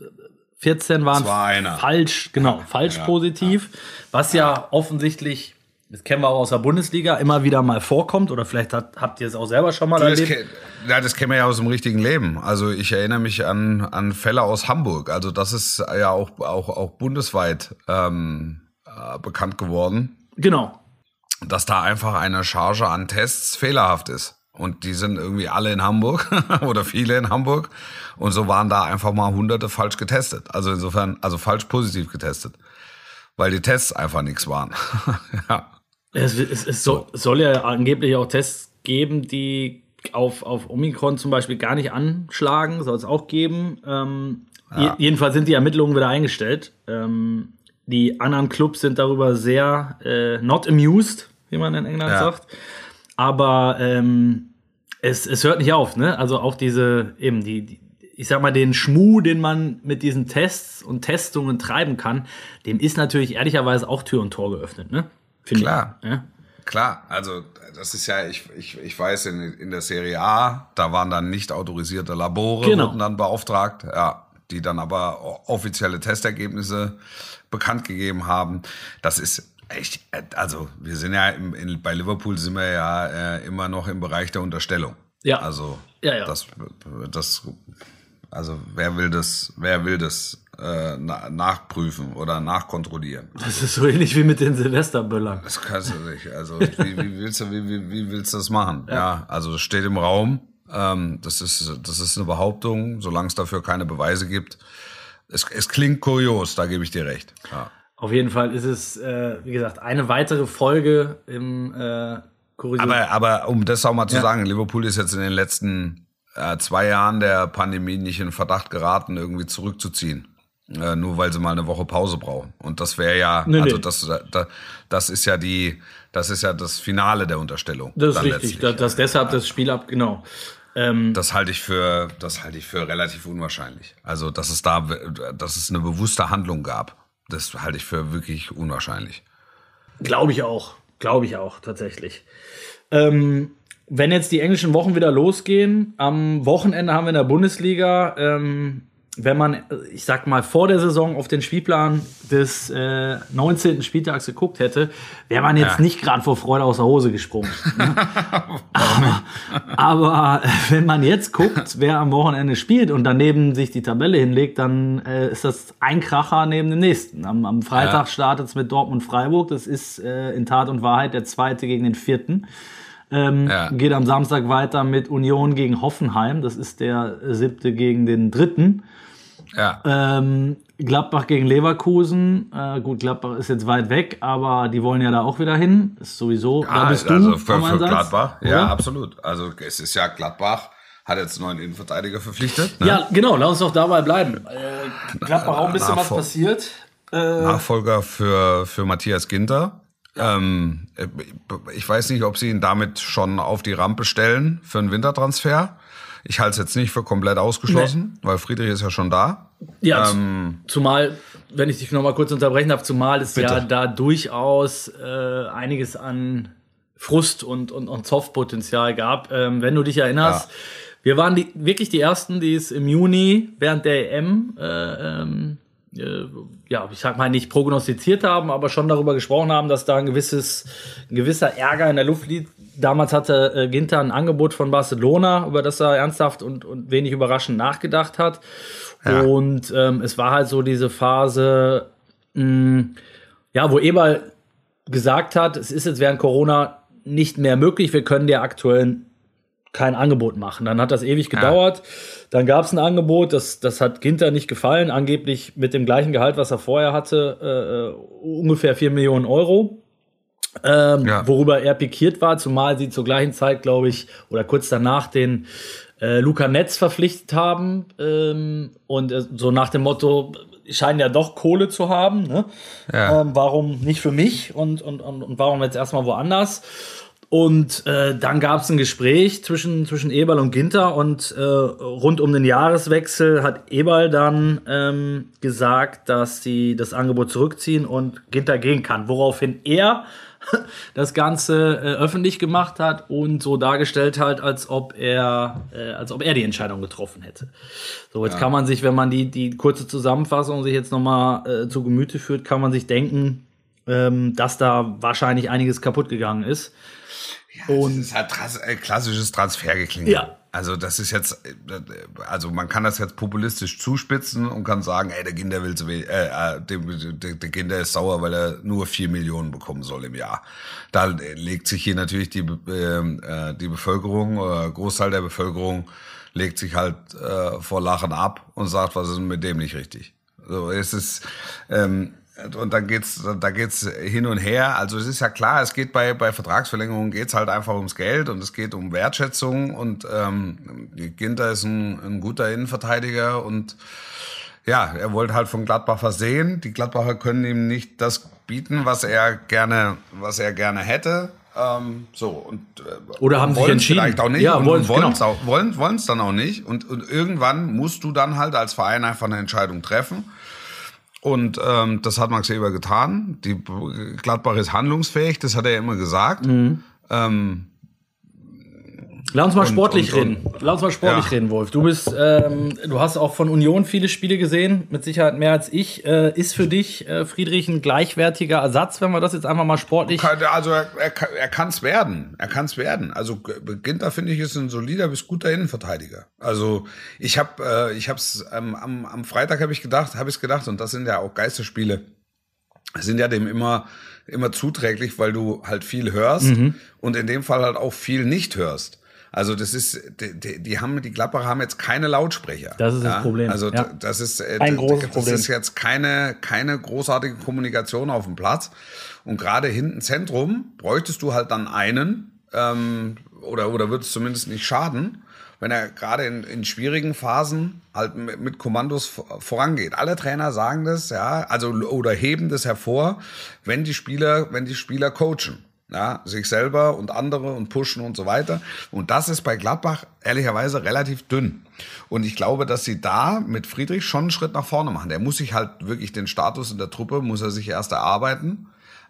vierzehn waren falsch, genau, falsch ja, positiv, ja. was ja. ja offensichtlich, das kennen wir auch aus der Bundesliga, immer wieder mal vorkommt oder vielleicht hat, habt ihr es auch selber schon mal du, erlebt. Das, ja, das kennen wir ja aus dem richtigen Leben. Also ich erinnere mich an, an Fälle aus Hamburg. Also das ist ja auch, auch, auch bundesweit ähm, äh, bekannt geworden. Genau. Dass da einfach eine Charge an Tests fehlerhaft ist. Und die sind irgendwie alle in Hamburg oder viele in Hamburg. Und so waren da einfach mal Hunderte falsch getestet. Also insofern, also falsch positiv getestet. Weil die Tests einfach nichts waren. ja. Es, es, es soll, soll ja angeblich auch Tests geben, die auf, auf Omikron zum Beispiel gar nicht anschlagen. Soll es auch geben. Ähm, ja. Jedenfalls sind die Ermittlungen wieder eingestellt. Ähm, die anderen Clubs sind darüber sehr äh, not amused, wie man in England ja. sagt. Aber ähm, es, es hört nicht auf, ne? Also auch diese, eben die, die, ich sag mal, den Schmuh, den man mit diesen Tests und Testungen treiben kann, dem ist natürlich ehrlicherweise auch Tür und Tor geöffnet, ne? Find Klar. Ich, ja? Klar, also das ist ja, ich, ich, ich weiß, in, in der Serie A, da waren dann nicht autorisierte Labore, genau. wurden dann beauftragt, ja, die dann aber offizielle Testergebnisse bekannt gegeben haben. Das ist echt, also wir sind ja im, in, bei Liverpool sind wir ja äh, immer noch im Bereich der Unterstellung. Ja. Also ja, ja. das, das, also wer will das, wer will das äh, na, nachprüfen oder nachkontrollieren? Das ist so ähnlich wie mit den Silvesterböllern. Das kannst du nicht. Also wie, wie willst du, wie, wie, wie willst du das machen? Ja, ja also das steht im Raum. Ähm, das ist, das ist eine Behauptung, solange es dafür keine Beweise gibt. Es, es klingt kurios, da gebe ich dir recht. Ja. Auf jeden Fall ist es, äh, wie gesagt, eine weitere Folge im äh, Kurios. Aber, aber um das auch mal zu ja. sagen, Liverpool ist jetzt in den letzten äh, zwei Jahren der Pandemie nicht in Verdacht geraten, irgendwie zurückzuziehen. Äh, nur weil sie mal eine Woche Pause brauchen. Und das wäre ja, nee, also nee. Das, das, das ist ja die, das ist ja das Finale der Unterstellung. Das ist richtig, dass, dass deshalb ja. das Spiel ab, genau. Ähm, das halte ich für, das halte ich für relativ unwahrscheinlich. Also, dass es da, dass es eine bewusste Handlung gab. Das halte ich für wirklich unwahrscheinlich. Glaube ich auch. Glaube ich auch, tatsächlich. Ähm, wenn jetzt die englischen Wochen wieder losgehen, am Wochenende haben wir in der Bundesliga, ähm, wenn man, ich sag mal, vor der Saison auf den Spielplan des äh, neunzehnten Spieltags geguckt hätte, wäre man jetzt ja. nicht gerade vor Freude aus der Hose gesprungen. Ne? aber, aber wenn man jetzt guckt, wer am Wochenende spielt und daneben sich die Tabelle hinlegt, dann äh, ist das ein Kracher neben dem nächsten. Am, am Freitag ja. startet es mit Dortmund-Freiburg. Das ist äh, in Tat und Wahrheit der zweite gegen den vierten. Ähm, ja. Geht am Samstag weiter mit Union gegen Hoffenheim. Das ist der siebte gegen den dritten. Ja. Ähm, Gladbach gegen Leverkusen. Äh, gut, Gladbach ist jetzt weit weg, aber die wollen ja da auch wieder hin. Ist sowieso, ja, da bist also du für, für Gladbach. Oder? Ja, absolut. Also es ist ja Gladbach, hat jetzt einen neuen Innenverteidiger verpflichtet. Ne? Ja, genau, lass uns doch dabei bleiben. Äh, Gladbach auch ein bisschen Nachfol- was passiert. Äh, Nachfolger für, für Matthias Ginter. Ähm, ich weiß nicht, ob sie ihn damit schon auf die Rampe stellen für einen Wintertransfer. Ich halte es jetzt nicht für komplett ausgeschlossen, nee. weil Friedrich ist ja schon da. Ja, ähm, zumal, wenn ich dich noch mal kurz unterbrechen darf, zumal es bitte. ja da durchaus äh, einiges an Frust und, und, und Zoff-Potenzial gab. Ähm, wenn du dich erinnerst, ja. wir waren die, wirklich die Ersten, die es im Juni während der E M, äh, ähm, äh, ja, ich sag mal nicht prognostiziert haben, aber schon darüber gesprochen haben, dass da ein gewisses, ein gewisser Ärger in der Luft liegt. Damals hatte äh, Ginter ein Angebot von Barcelona, über das er ernsthaft und, und wenig überraschend nachgedacht hat. Ja. Und ähm, es war halt so diese Phase, mh, ja, wo Eberl gesagt hat, es ist jetzt während Corona nicht mehr möglich, wir können dir aktuell kein Angebot machen. Dann hat das ewig gedauert. Ja. Dann gab es ein Angebot, das, das hat Ginter nicht gefallen, angeblich mit dem gleichen Gehalt, was er vorher hatte, äh, ungefähr vier Millionen Euro. Ähm, ja. Worüber er pikiert war, zumal sie zur gleichen Zeit, glaube ich, oder kurz danach den äh, Luca Netz verpflichtet haben. Ähm, und äh, so nach dem Motto, scheinen ja doch Kohle zu haben. Ne? Ja. Ähm, warum nicht für mich und, und, und, und warum jetzt erstmal woanders? Und äh, dann gab es ein Gespräch zwischen, zwischen Eberl und Ginter und äh, rund um den Jahreswechsel hat Eberl dann ähm, gesagt, dass sie das Angebot zurückziehen und Ginter gehen kann, woraufhin er das Ganze äh, öffentlich gemacht hat und so dargestellt hat, als ob er, äh, als ob er die Entscheidung getroffen hätte. So, jetzt ja. kann man sich, wenn man die, die kurze Zusammenfassung sich jetzt nochmal äh, zu Gemüte führt, kann man sich denken, ähm, dass da wahrscheinlich einiges kaputt gegangen ist. Ja, und das ist halt trans- äh, klassisches Transfergeklingel. Ja. Also das ist jetzt, also man kann das jetzt populistisch zuspitzen und kann sagen, ey, der Ginter will zu wenig, äh, der, der, der Ginter ist sauer, weil er nur vier Millionen bekommen soll im Jahr. Da legt sich hier natürlich die, äh, die Bevölkerung, oder Großteil der Bevölkerung legt sich halt äh, vor Lachen ab und sagt, was ist denn mit dem nicht richtig? So, es ist, ähm, und dann geht's, da geht's hin und her. Also es ist ja klar, es geht bei bei Vertragsverlängerungen geht's halt einfach ums Geld und es geht um Wertschätzung und ähm, Ginter ist ein, ein guter Innenverteidiger und ja, er wollte halt von Gladbach versehen. Die Gladbacher können ihm nicht das bieten, was er gerne, was er gerne hätte. Ähm, so und äh, oder haben sich entschieden, vielleicht auch nicht ja, und wollen wollen genau. es wollen wollen es dann auch nicht und und irgendwann musst du dann halt als Verein einfach eine Entscheidung treffen. Und ähm, das hat Max Eberl getan. Die Gladbach ist handlungsfähig, das hat er immer gesagt. Mhm. Ähm, Lass uns mal und, sportlich und, und, reden. Lass uns mal sportlich ja. reden, Wolf. Du bist, ähm, du hast auch von Union viele Spiele gesehen, mit Sicherheit mehr als ich. Äh, ist für dich äh, Friedrich ein gleichwertiger Ersatz, wenn wir das jetzt einfach mal sportlich? Also er, er, er kann es werden. Er kann es werden. Also Ginter finde ich ist ein solider bis guter Innenverteidiger. Also ich habe, äh, ich habe es ähm, am, am Freitag habe ich gedacht, habe ich es gedacht, und das sind ja auch Geisterspiele, sind ja dem immer immer zuträglich, weil du halt viel hörst mhm. und in dem Fall halt auch viel nicht hörst. Also das ist, die, die haben, die Gladbacher haben jetzt keine Lautsprecher. Das ist das ja? Problem. Also ja. das ist äh, ein großes das Problem. ist jetzt keine keine großartige Kommunikation auf dem Platz. Und gerade hinten Zentrum bräuchtest du halt dann einen ähm, oder oder wird es zumindest nicht schaden, wenn er gerade in, in schwierigen Phasen halt mit, mit Kommandos vorangeht. Alle Trainer sagen das, ja, also oder heben das hervor, wenn die Spieler, wenn die Spieler coachen. Ja, sich selber und andere und pushen und so weiter. Und das ist bei Gladbach ehrlicherweise relativ dünn. Und ich glaube, dass sie da mit Friedrich schon einen Schritt nach vorne machen. Der muss sich halt wirklich den Status in der Truppe, muss er sich erst erarbeiten.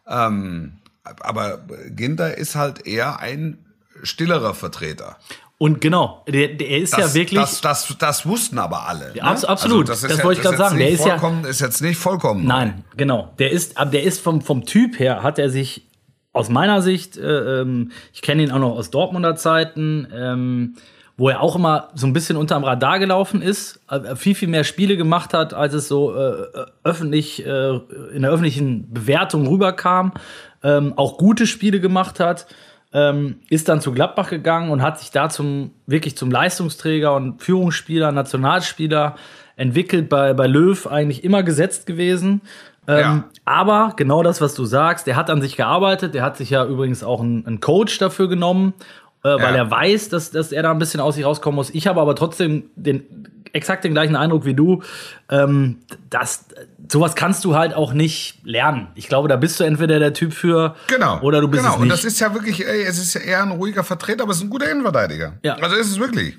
Ähm, aber Ginter ist halt eher ein stillerer Vertreter. Und genau, der, der ist das, ja wirklich... Das, das, das wussten aber alle. Ja, ne? Absolut, also das, das ja, wollte ich gerade sagen. Der ist ja ist jetzt nicht vollkommen. Nein, neu. Genau. Der ist, aber der ist vom, vom Typ her, hat er sich... Aus meiner Sicht, äh, ähm, ich kenne ihn auch noch aus Dortmunder Zeiten, ähm, wo er auch immer so ein bisschen unterm Radar gelaufen ist, äh, viel, viel mehr Spiele gemacht hat, als es so äh, öffentlich äh, in der öffentlichen Bewertung rüberkam, ähm, auch gute Spiele gemacht hat, ähm, ist dann zu Gladbach gegangen und hat sich da zum wirklich zum Leistungsträger und Führungsspieler, Nationalspieler entwickelt, bei, bei Löw eigentlich immer gesetzt gewesen. Ähm, ja. Aber genau das, was du sagst, der hat an sich gearbeitet, der hat sich ja übrigens auch einen, einen Coach dafür genommen, äh, weil ja. er weiß, dass, dass er da ein bisschen aus sich rauskommen muss. Ich habe aber trotzdem den exakt den gleichen Eindruck wie du. Ähm, das, sowas kannst du halt auch nicht lernen. Ich glaube, da bist du entweder der Typ für genau, oder du bist genau. es nicht. Und das ist ja wirklich, ey, es ist ja eher ein ruhiger Vertreter, aber es ist ein guter Innenverteidiger. Ja. Also ist es wirklich.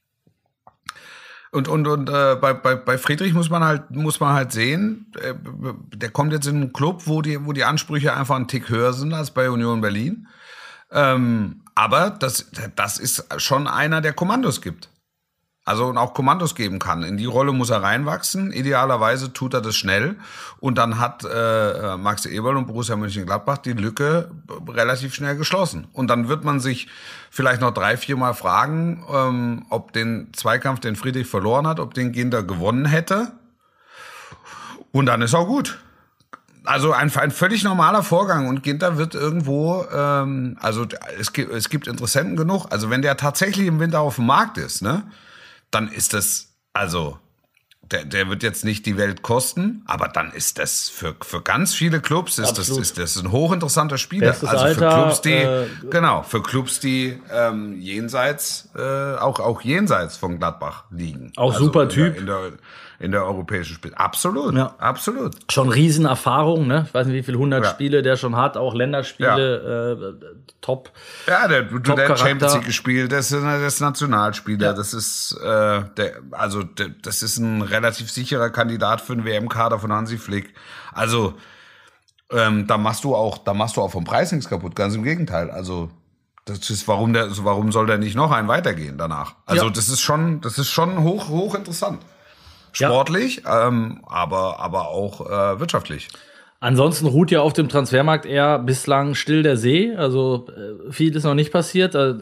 Und und und äh, bei, bei bei Friedrich muss man halt muss man halt sehen, äh, der kommt jetzt in einen Club, wo die wo die Ansprüche einfach einen Tick höher sind als bei Union Berlin. Ähm, aber das das ist schon einer, der Kommandos gibt. Also und auch Kommandos geben kann. In die Rolle muss er reinwachsen. Idealerweise tut er das schnell. Und dann hat äh, Max Eberl und Borussia Mönchengladbach die Lücke relativ schnell geschlossen. Und dann wird man sich vielleicht noch drei, vier Mal fragen, ähm, ob den Zweikampf, den Friedrich verloren hat, ob den Ginter gewonnen hätte. Und dann ist auch gut. Also ein, ein völlig normaler Vorgang. Und Ginter wird irgendwo, ähm, also es gibt, es gibt Interessenten genug. Also wenn der tatsächlich im Winter auf dem Markt ist, ne? Dann ist das, also, der, der wird jetzt nicht die Welt kosten, aber dann ist das für, für ganz viele Clubs ist das, ist das ein hochinteressanter Spieler. Bestes also für Alter, Clubs, die, äh, genau, für Clubs, die ähm, jenseits, äh, auch, auch jenseits von Gladbach liegen. Auch also super in Typ. Der, in, der, in der europäischen Spiel. Absolut, ja. absolut. Schon Riesenerfahrung, ne? Ich weiß nicht, wie viele hundert ja. Spiele der schon hat, auch Länderspiele, ja. äh, top. Ja, der, top der Charakter. Champions League gespielt, das ist, das ist Nationalspieler, Ja. das ist, äh, der, also der, das ist ein relativ sicherer Kandidat für den W M-Kader von Hansi Flick. Also ähm, da machst du auch, da machst du auch vom Preis nichts kaputt. Ganz im Gegenteil. Also das ist, warum der, warum soll der nicht noch einen weitergehen danach? Also Ja. das ist schon, das ist schon hoch, hoch interessant. Sportlich, ja. ähm, aber, aber auch äh, wirtschaftlich. Ansonsten ruht ja auf dem Transfermarkt eher bislang still der See. Also äh, viel ist noch nicht passiert. Äh,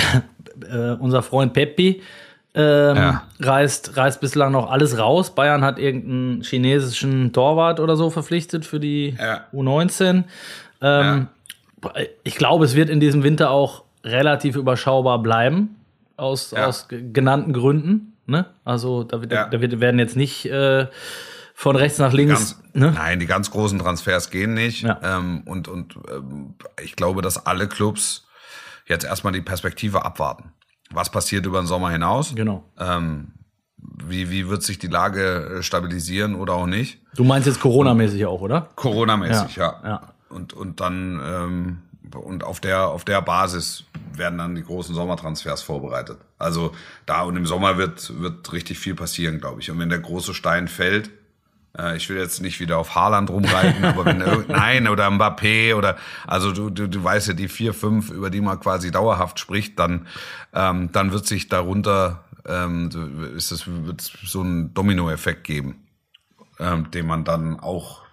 äh, unser Freund Peppi ähm, Ja. reißt, reißt bislang noch alles raus. Bayern hat irgendeinen chinesischen Torwart oder so verpflichtet für die Ja. U neunzehn. Ähm, Ich glaube, es wird in diesem Winter auch relativ überschaubar bleiben, aus, Ja. aus g- genannten Gründen. Ne? Also da, wird, Ja. da wird, werden jetzt nicht äh, von rechts nach links. Ganz, Ne? Nein, die ganz großen Transfers gehen nicht. Ja. Ähm, und und ähm, ich glaube, dass alle Clubs jetzt erstmal die Perspektive abwarten. Was passiert über den Sommer hinaus? Genau. Ähm, wie, wie wird sich die Lage stabilisieren oder auch nicht? Du meinst jetzt Corona-mäßig auch, oder? Corona-mäßig, ja. Ja. Und, und dann ähm, und auf der auf der Basis werden dann die großen Sommertransfers vorbereitet. Also da und im Sommer wird wird richtig viel passieren, glaube ich. Und wenn der große Stein fällt, äh, ich will jetzt nicht wieder auf Haaland rumreiten, aber wenn der, nein oder Mbappé oder also du, du du weißt ja die vier fünf, über die man quasi dauerhaft spricht, dann ähm, dann wird sich darunter ähm, ist es wird so einen Dominoeffekt geben, ähm, den man dann auch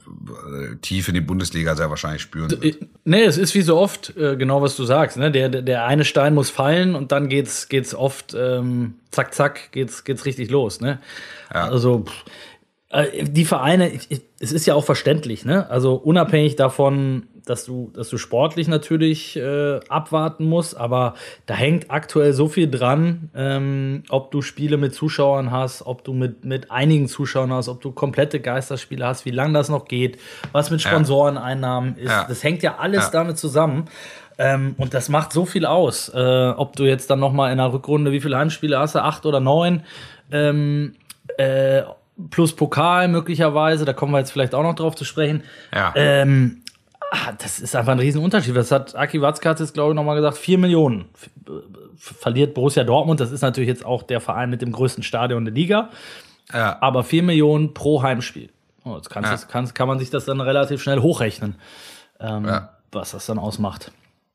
tief in die Bundesliga sehr wahrscheinlich spüren wird. Nee, es ist wie so oft, äh, genau was du sagst. Ne? Der, der eine Stein muss fallen und dann geht's, geht's oft, ähm, zack, zack, geht's, geht's richtig los. Ne? Ja. Also pff, äh, die Vereine, ich, ich, es ist ja auch verständlich, ne? Also unabhängig davon, dass du, dass du sportlich natürlich äh, abwarten musst, aber da hängt aktuell so viel dran, ähm, ob du Spiele mit Zuschauern hast, ob du mit, mit einigen Zuschauern hast, ob du komplette Geisterspiele hast, wie lange das noch geht, was mit Sponsoreneinnahmen ist. Ja. Das hängt ja alles Ja. damit zusammen. Ähm, und das macht so viel aus. Äh, ob du jetzt dann noch mal in der Rückrunde, wie viele Heimspiele hast du? Acht oder neun? Ähm, äh, plus Pokal möglicherweise, da kommen wir jetzt vielleicht auch noch drauf zu sprechen. Ja. Ähm, ah, das ist einfach ein Riesenunterschied. Das hat Aki Watzke hat jetzt, glaube ich, nochmal gesagt, vier Millionen verliert Borussia Dortmund. Das ist natürlich jetzt auch der Verein mit dem größten Stadion der Liga. Ja. Aber vier Millionen pro Heimspiel. Oh, jetzt kannst Ja. das, kann, kann man sich das dann relativ schnell hochrechnen, ähm, Ja. was das dann ausmacht.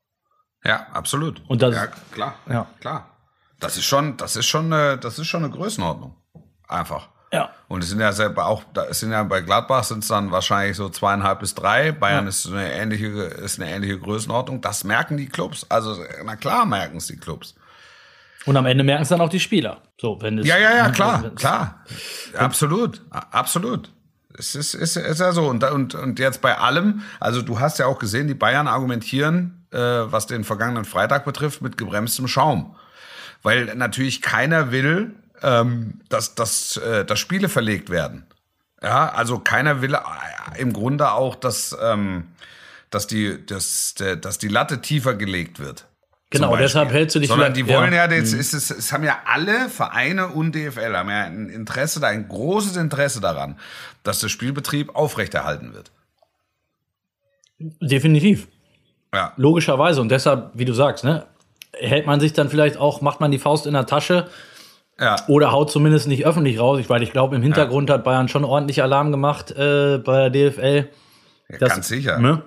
Ja, absolut. Und das- ja, klar, Ja. klar. Das ist schon, das ist schon, eine, das ist schon eine Größenordnung. Einfach. Ja. Und es sind ja selber auch, da es sind ja bei Gladbach sind es dann wahrscheinlich so zweieinhalb bis drei. Bayern ist eine ähnliche, ist eine ähnliche Größenordnung. Das merken die Clubs. Also na klar merken es die Clubs. Und am Ende merken es dann auch die Spieler. So, wenn es, Ja, ja, ja, klar, wenn's- klar. Absolut, a- absolut. Es ist, ist, ist ja so. Und, und, und jetzt bei allem, also du hast ja auch gesehen, die Bayern argumentieren, äh, was den vergangenen Freitag betrifft, mit gebremstem Schaum. Weil natürlich keiner will, ähm, dass, dass, äh, dass Spiele verlegt werden. Ja, also keiner will äh, im Grunde auch, dass, ähm, dass, die, dass, der, dass die Latte tiefer gelegt wird. Genau, deshalb hältst du dich Sondern die wollen ja, ja jetzt ist es, es haben ja alle Vereine und D F L haben ja ein Interesse, ein großes Interesse daran, dass der Spielbetrieb aufrechterhalten wird. Definitiv. Ja. Logischerweise. Und deshalb, wie du sagst, ne, hält man sich dann vielleicht auch, macht man die Faust in der Tasche ja. oder haut zumindest nicht öffentlich raus. Weil ich glaube, im Hintergrund ja. hat Bayern schon ordentlich Alarm gemacht äh, bei der D F L. Ja, das, ganz sicher. Ne?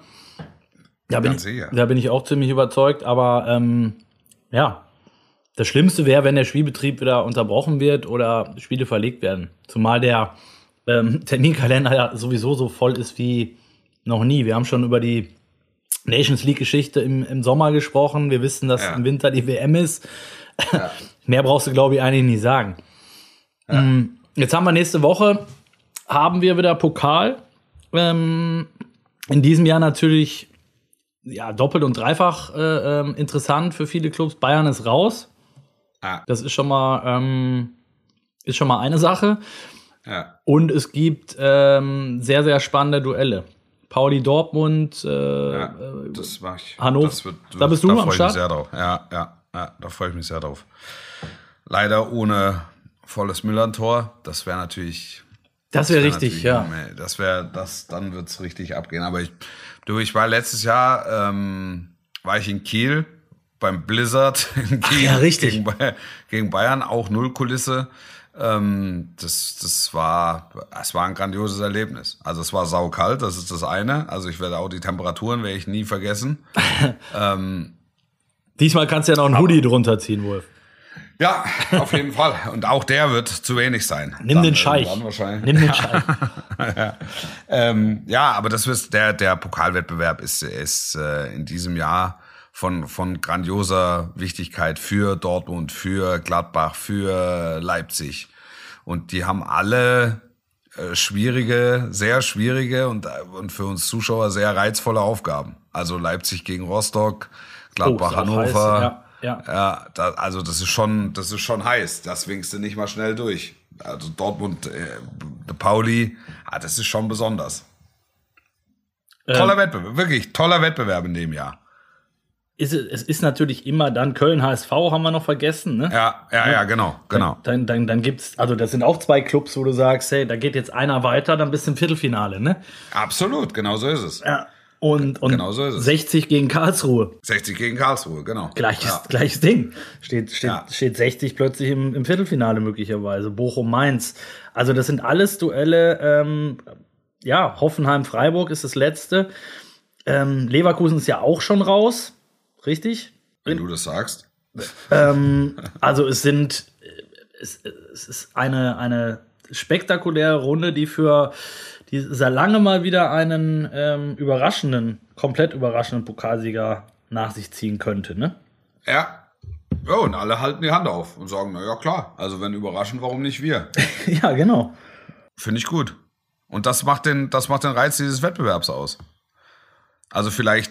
Da bin, ich, da bin ich auch ziemlich überzeugt, aber ähm, ja, das Schlimmste wäre, wenn der Spielbetrieb wieder unterbrochen wird oder Spiele verlegt werden. Zumal der ähm, Terminkalender ja sowieso so voll ist wie noch nie. Wir haben schon über die Nations League-Geschichte im, im Sommer gesprochen. Wir wissen, dass ja. im Winter die W M ist. Ja. Mehr brauchst du, glaube ich, eigentlich nicht sagen. Ja. Jetzt haben wir nächste Woche, haben wir wieder Pokal. Ähm, in diesem Jahr natürlich ja, doppelt und dreifach äh, äh, interessant für viele Clubs. Bayern ist raus. Ah. Das ist schon mal ähm, ist schon mal eine Sache. Ja. Und es gibt ähm, sehr, sehr spannende Duelle. Pauli Dortmund, äh, ja, das mach ich. Hannover. Das wird, da bist du da am Start? Da freue ich mich sehr drauf. Ja, ja, ja, da freue ich mich sehr drauf. Leider ohne volles Müllern-Tor. Das wäre natürlich... Das wäre wär richtig, ja. Das wäre, das, dann wird's richtig abgehen. Aber ich, du, ich war letztes Jahr, ähm, war ich in Kiel beim Blizzard in Kiel. Ach ja, richtig. Gegen, gegen Bayern, auch null Kulisse. Ähm, das, das war, es war ein grandioses Erlebnis. Also es war saukalt, das ist das eine. Also ich werde auch die Temperaturen werde ich nie vergessen. ähm, Diesmal kannst du ja noch einen Hoodie drunter ziehen, Wolf. Ja, auf jeden Fall. Und auch der wird zu wenig sein. Nimm dann, den Scheich. Nimm den Scheich. ja. Ähm, ja, aber das ist der, der Pokalwettbewerb ist, ist äh, in diesem Jahr von, von grandioser Wichtigkeit für Dortmund, für Gladbach, für Leipzig. Und die haben alle äh, schwierige, sehr schwierige und, und für uns Zuschauer sehr reizvolle Aufgaben. Also Leipzig gegen Rostock, Gladbach, oh, Hannover. Heiß, ja. Ja, ja da, also das ist schon, das ist schon heiß. Das winkst du nicht mal schnell durch. Also Dortmund, äh, Pauli, ah, das ist schon besonders. Ähm, toller Wettbewerb, wirklich toller Wettbewerb in dem Jahr. Ist, es ist natürlich immer dann Köln H S V, haben wir noch vergessen, ne? Ja, ja, ja, genau, genau. Dann, dann, dann gibt's, also das sind auch zwei Clubs, wo du sagst, hey, da geht jetzt einer weiter, dann bist du im Viertelfinale, ne? Absolut, genau so ist es. Ja. Und, und genau so ist es. sechzig gegen Karlsruhe. sechzig gegen Karlsruhe, genau. Gleiches, ja. gleiches Ding. Steht, steht, ja. steht sechzig plötzlich im, im Viertelfinale möglicherweise. Bochum-Mainz. Also das sind alles Duelle. Ähm, ja, Hoffenheim-Freiburg ist das letzte. Ähm, Leverkusen ist ja auch schon raus. Richtig? Wenn du das sagst. Ähm, also es sind, es, es ist eine, eine spektakuläre Runde, die für die sehr lange mal wieder einen ähm, überraschenden, komplett überraschenden Pokalsieger nach sich ziehen könnte, ne? Ja. Ja, und alle halten die Hand auf und sagen, na ja, klar, also wenn überraschend, warum nicht wir? Ja, genau. Finde ich gut. Und das macht den, das macht den Reiz dieses Wettbewerbs aus. Also vielleicht,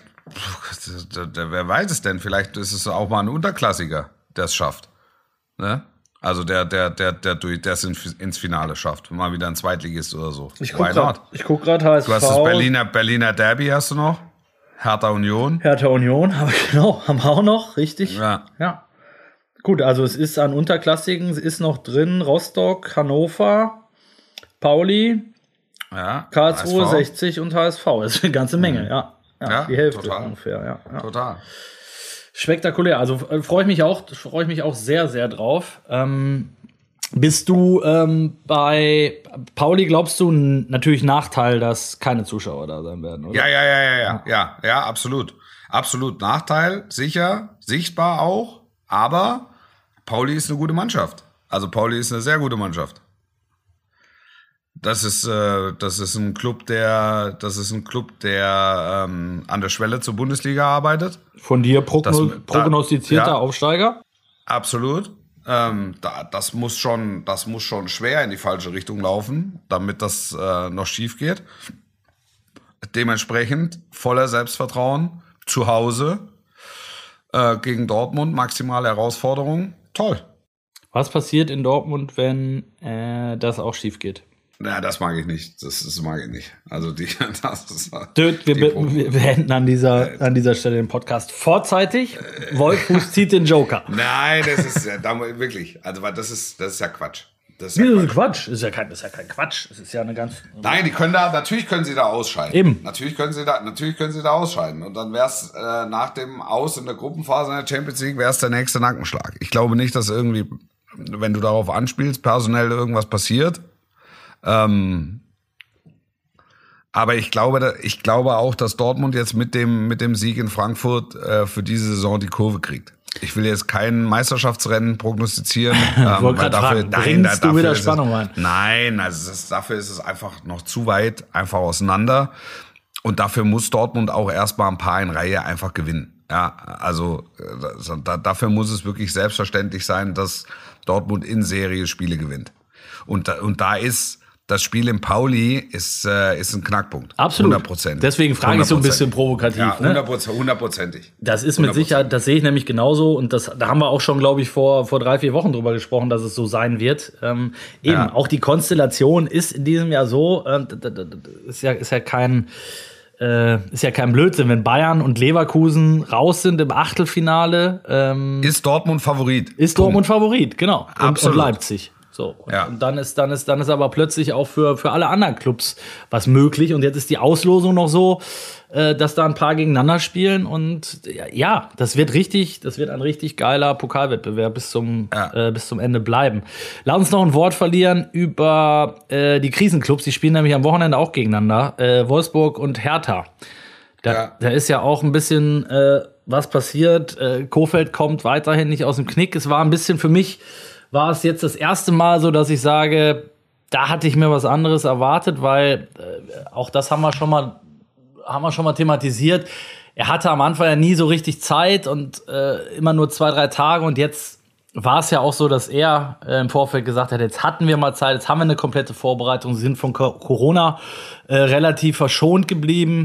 wer weiß es denn, vielleicht ist es auch mal ein Unterklassiker, der es schafft. Ne? Also der, der, der, der, der es ins Finale schafft. Mal wieder ein Zweitligist oder so. Ich guck grad, ich guck gerade H S V. Du hast das Berliner, Berliner Derby hast du noch. Hertha Union. Hertha Union, aber genau, haben wir auch noch, richtig. Ja. Ja. Gut, also es ist an Unterklassigen, es ist noch drin Rostock, Hannover, Pauli, ja, Karlsruhe, H S V. sechzig und H S V. Das ist eine ganze Menge, mhm. ja. Ja, ja, die Hälfte total. ungefähr, ja, ja. Total. Spektakulär, also äh, freue ich mich auch, freue ich mich auch sehr, sehr drauf. Ähm, bist du ähm, bei Pauli, glaubst du, n- natürlich Nachteil, dass keine Zuschauer da sein werden, oder? Ja, ja, ja, ja, ja, ja, ja, absolut. Absolut Nachteil, sicher, sichtbar auch, aber Pauli ist eine gute Mannschaft. Also Pauli ist eine sehr gute Mannschaft. Das ist, äh, das ist ein Club, der, das ist ein Club, der ähm, an der Schwelle zur Bundesliga arbeitet. Von dir progno- das, prognostizierter ja, Aufsteiger? Absolut. Ähm, da, das muss schon, das muss schon schwer in die falsche Richtung laufen, damit das äh, noch schief geht. Dementsprechend voller Selbstvertrauen zu Hause äh, gegen Dortmund, maximale Herausforderung. Toll. Was passiert in Dortmund, wenn äh, das auch schief geht? Na, das mag ich nicht. Das, das mag ich nicht. Also die, das ist Död, wir, be- wir beenden an dieser, an dieser Stelle den Podcast vorzeitig. Wolfuß zieht den Joker. Nein, das ist ja wirklich. Also das ist, das ist ja Quatsch. Das ist ja Quatsch. Quatsch. Das ist ja kein, das ist ja kein Quatsch. Das ist ja eine ganz. Nein, die können da, natürlich können sie da ausscheiden. Eben. Natürlich können sie da, natürlich können sie da ausscheiden. Und dann wär's äh, nach dem Aus in der Gruppenphase in der Champions League wär's der nächste Nackenschlag. Ich glaube nicht, dass irgendwie, wenn du darauf anspielst, personell irgendwas passiert. Ähm, aber ich glaube, ich glaube auch, dass Dortmund jetzt mit dem, mit dem Sieg in Frankfurt äh, für diese Saison die Kurve kriegt. Ich will jetzt kein Meisterschaftsrennen prognostizieren. ähm, weil dafür, nein, Bringst dafür du wieder Spannung es, rein? Nein, also es ist, dafür ist es einfach noch zu weit, einfach auseinander. Und dafür muss Dortmund auch erstmal ein paar in Reihe einfach gewinnen. Ja, also da, dafür muss es wirklich selbstverständlich sein, dass Dortmund in Serie Spiele gewinnt. Und, und da ist das Spiel im Pauli ist, äh, ist ein Knackpunkt. Absolut. hundert Prozent. Deswegen frage ich so ein bisschen provokativ. Ja, hundertprozentig. Ne? Das ist mit Sicherheit, das sehe ich nämlich genauso. Und das, da haben wir auch schon, glaube ich, vor, vor drei, vier Wochen drüber gesprochen, dass es so sein wird. Ähm, eben, ja. Auch die Konstellation ist in diesem Jahr so, äh, ist, ja, ist, ja kein, äh, ist ja kein Blödsinn, wenn Bayern und Leverkusen raus sind im Achtelfinale. Ähm, ist Dortmund Favorit. Ist Dortmund Punkt. Favorit, genau. Und, Absolut. Und Leipzig. So, und, ja. und dann ist, dann ist, dann ist aber plötzlich auch für, für alle anderen Clubs was möglich. Und jetzt ist die Auslosung noch so, äh, dass da ein paar gegeneinander spielen. Und ja, das wird richtig, das wird ein richtig geiler Pokalwettbewerb bis zum, ja. äh, bis zum Ende bleiben. Lass uns noch ein Wort verlieren über äh, die Krisenclubs. Die spielen nämlich am Wochenende auch gegeneinander. Äh, Wolfsburg und Hertha. Da, ja. da ist ja auch ein bisschen äh, was passiert. Äh, Kohfeldt kommt weiterhin nicht aus dem Knick. Es war ein bisschen für mich, war es jetzt das erste Mal so, dass ich sage, da hatte ich mir was anderes erwartet, weil äh, auch das haben wir schon mal, haben wir schon mal thematisiert. Er hatte am Anfang ja nie so richtig Zeit und äh, immer nur zwei, drei Tage. Und jetzt war es ja auch so, dass er äh, im Vorfeld gesagt hat, jetzt hatten wir mal Zeit, jetzt haben wir eine komplette Vorbereitung, sie sind von Corona äh, relativ verschont geblieben.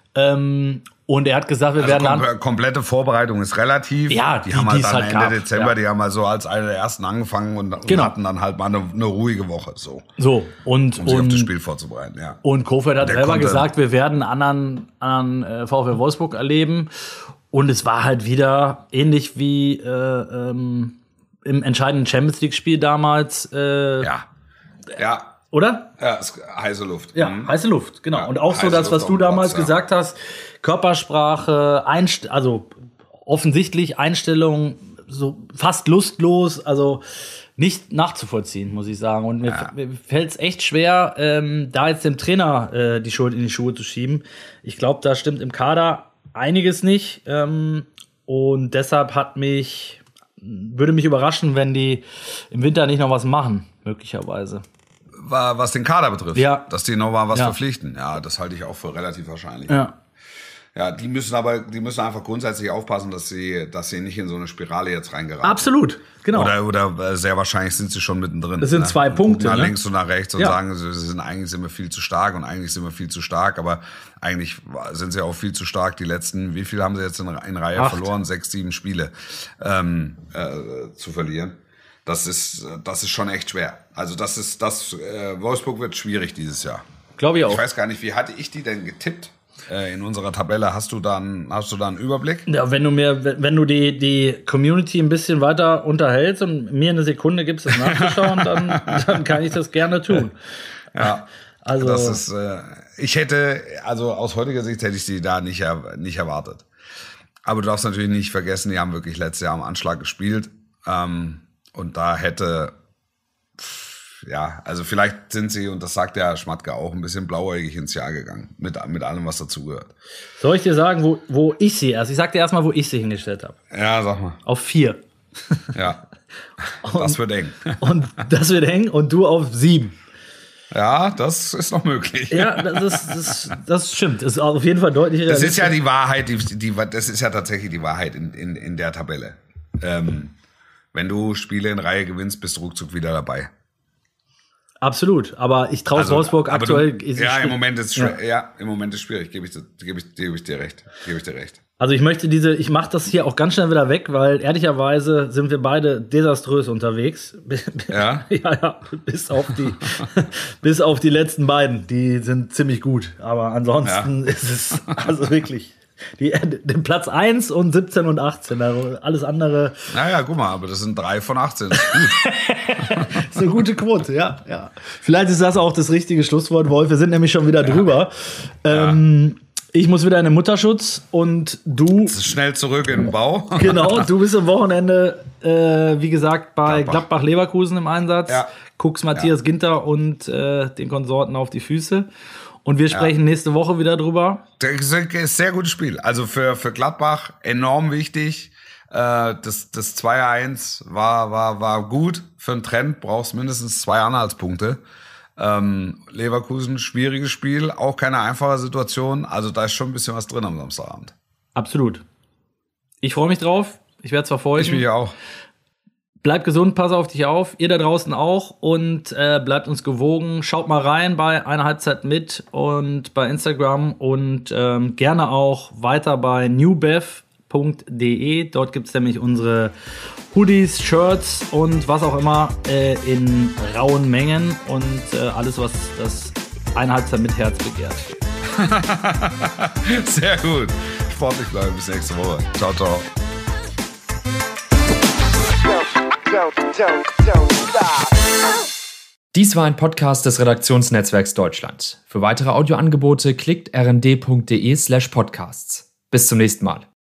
Ähm, Und er hat gesagt, wir also werden kom- komplette Vorbereitung ist relativ. Ja, die, die haben halt es dann halt Ende gab. Dezember, Ja. die haben also als eine der ersten angefangen und, und Genau. hatten dann halt mal eine, eine ruhige Woche so. So und um sich und auf das Spiel vorzubereiten, ja. Und Kohfeldt hat Der selber konnte- gesagt, wir werden einen anderen, anderen äh, VfL Wolfsburg erleben. Und es war halt wieder ähnlich wie äh, ähm, im entscheidenden Champions League-Spiel damals. Äh, Ja. Ja. Oder? Ja, es, heiße Luft. Ja, Mhm. heiße Luft, genau. Ja, und auch so heiße das, was Luft du auf dem damals Platz, ja. gesagt hast, Körpersprache, Einst- also offensichtlich Einstellung so fast lustlos, also nicht nachzuvollziehen, muss ich sagen. Und mir, Ja. mir fällt es echt schwer, ähm, da jetzt dem Trainer äh, die Schuld in die Schuhe zu schieben. Ich glaube, da stimmt im Kader einiges nicht. Ähm, und deshalb hat mich, würde mich überraschen, wenn die im Winter nicht noch was machen, möglicherweise. Was den Kader betrifft, Ja. dass die noch mal was Ja. verpflichten. Ja, das halte ich auch für relativ wahrscheinlich. Ja. Ja, die müssen aber, die müssen einfach grundsätzlich aufpassen, dass sie, dass sie nicht in so eine Spirale jetzt reingeraten. Absolut, genau. Oder, oder sehr wahrscheinlich sind sie schon mittendrin. Das sind ne? zwei Und Punkte, Nach ne? links und nach rechts und Ja. sagen, sie sind eigentlich sind wir viel zu stark und eigentlich sind wir viel zu stark, aber eigentlich sind sie auch viel zu stark. Die letzten, wie viel haben sie jetzt in, in Reihe Acht. verloren? Sechs, sieben Spiele ähm, äh, zu verlieren. Das ist, das ist schon echt schwer. Also das ist, das äh, Wolfsburg wird schwierig dieses Jahr. Glaube ich auch. Ich weiß gar nicht, wie hatte ich die denn getippt? Äh, in unserer Tabelle hast du dann, hast du da einen Überblick? Ja, wenn du mir, wenn du die, die Community ein bisschen weiter unterhältst und mir eine Sekunde gibst, das nachzuschauen, dann, dann kann ich das gerne tun. Ja. Also, Das ist, äh, ich hätte, also aus heutiger Sicht hätte ich die da nicht, er, nicht erwartet. Aber du darfst natürlich nicht vergessen, die haben wirklich letztes Jahr am Anschlag gespielt. Ähm, und da hätte, pff, ja, also vielleicht sind sie, und das sagt der Schmatke auch, ein bisschen blauäugig ins Jahr gegangen. Mit, mit allem, was dazugehört. soll ich dir sagen, wo, wo ich sie erst? Ich sag dir erstmal, wo ich sie hingestellt habe. Ja, sag mal. Auf vier. Ja. Das wird eng. Und das wird eng und du auf sieben. Ja, das ist noch möglich. Ja, das, ist, das, das stimmt. Das ist auf jeden Fall deutlich Das ist ja realistischer. die Wahrheit, die, die, das ist ja tatsächlich die Wahrheit in, in, in der Tabelle. Ähm, wenn du Spiele in Reihe gewinnst, bist du ruckzuck wieder dabei. Absolut. Aber ich traue Also, Wolfsburg aber aktuell. Du, ist ja, schwierig. im Moment ist es Ja. schwer. Ja, im Moment ist es schwierig. Gebe ich, gebe ich, gebe ich dir recht. Gebe ich dir recht. Also ich möchte diese, ich mache das hier auch ganz schnell wieder weg, weil ehrlicherweise sind wir beide desaströs unterwegs. Ja? ja, ja, bis auf die, bis auf die letzten beiden, die sind ziemlich gut. Aber ansonsten ja. ist es also wirklich die, den Platz eins und siebzehn und achtzehn, also alles andere. Naja, guck mal, aber das sind drei von achtzehn. Das ist gut. Das ist eine gute Quote, ja, ja. Vielleicht ist das auch das richtige Schlusswort, Wolf. Wir sind nämlich schon wieder drüber. Ja. Ähm, Ich muss wieder in den Mutterschutz und du... Schnell zurück in den Bau. Genau, du bist am Wochenende, äh, wie gesagt, bei Gladbach-Leverkusen im Einsatz. Ja. Guckst Matthias ja. Ginter und äh, den Konsorten auf die Füße. Und wir sprechen ja. nächste Woche wieder drüber. Das ist ein sehr gutes Spiel. Also für, für Gladbach enorm wichtig. Äh, das das zwei eins war, war, war gut. Für einen Trend brauchst du mindestens zwei Anhaltspunkte. Ähm, Leverkusen, schwieriges Spiel, auch keine einfache Situation. Also da ist schon ein bisschen was drin am Samstagabend. Absolut. Ich freue mich drauf. Ich werde es verfolgen. Ich mich auch. Bleib gesund, pass auf dich auf. Ihr da draußen auch. Und äh, bleibt uns gewogen. Schaut mal rein bei Eine Halbzeit mit und bei Instagram. Und ähm, gerne auch weiter bei newbev punkt de. Dort gibt es nämlich unsere Hoodies, Shirts und was auch immer äh, in rauen Mengen und äh, alles, was das Eine Halbzeit mit Herz begehrt. Sehr gut. Sportlich bleiben. Bis nächste Woche. Ciao, ciao. Dies war ein Podcast des Redaktionsnetzwerks Deutschland. Für weitere Audioangebote klickt rnd punkt de slash podcasts. Bis zum nächsten Mal.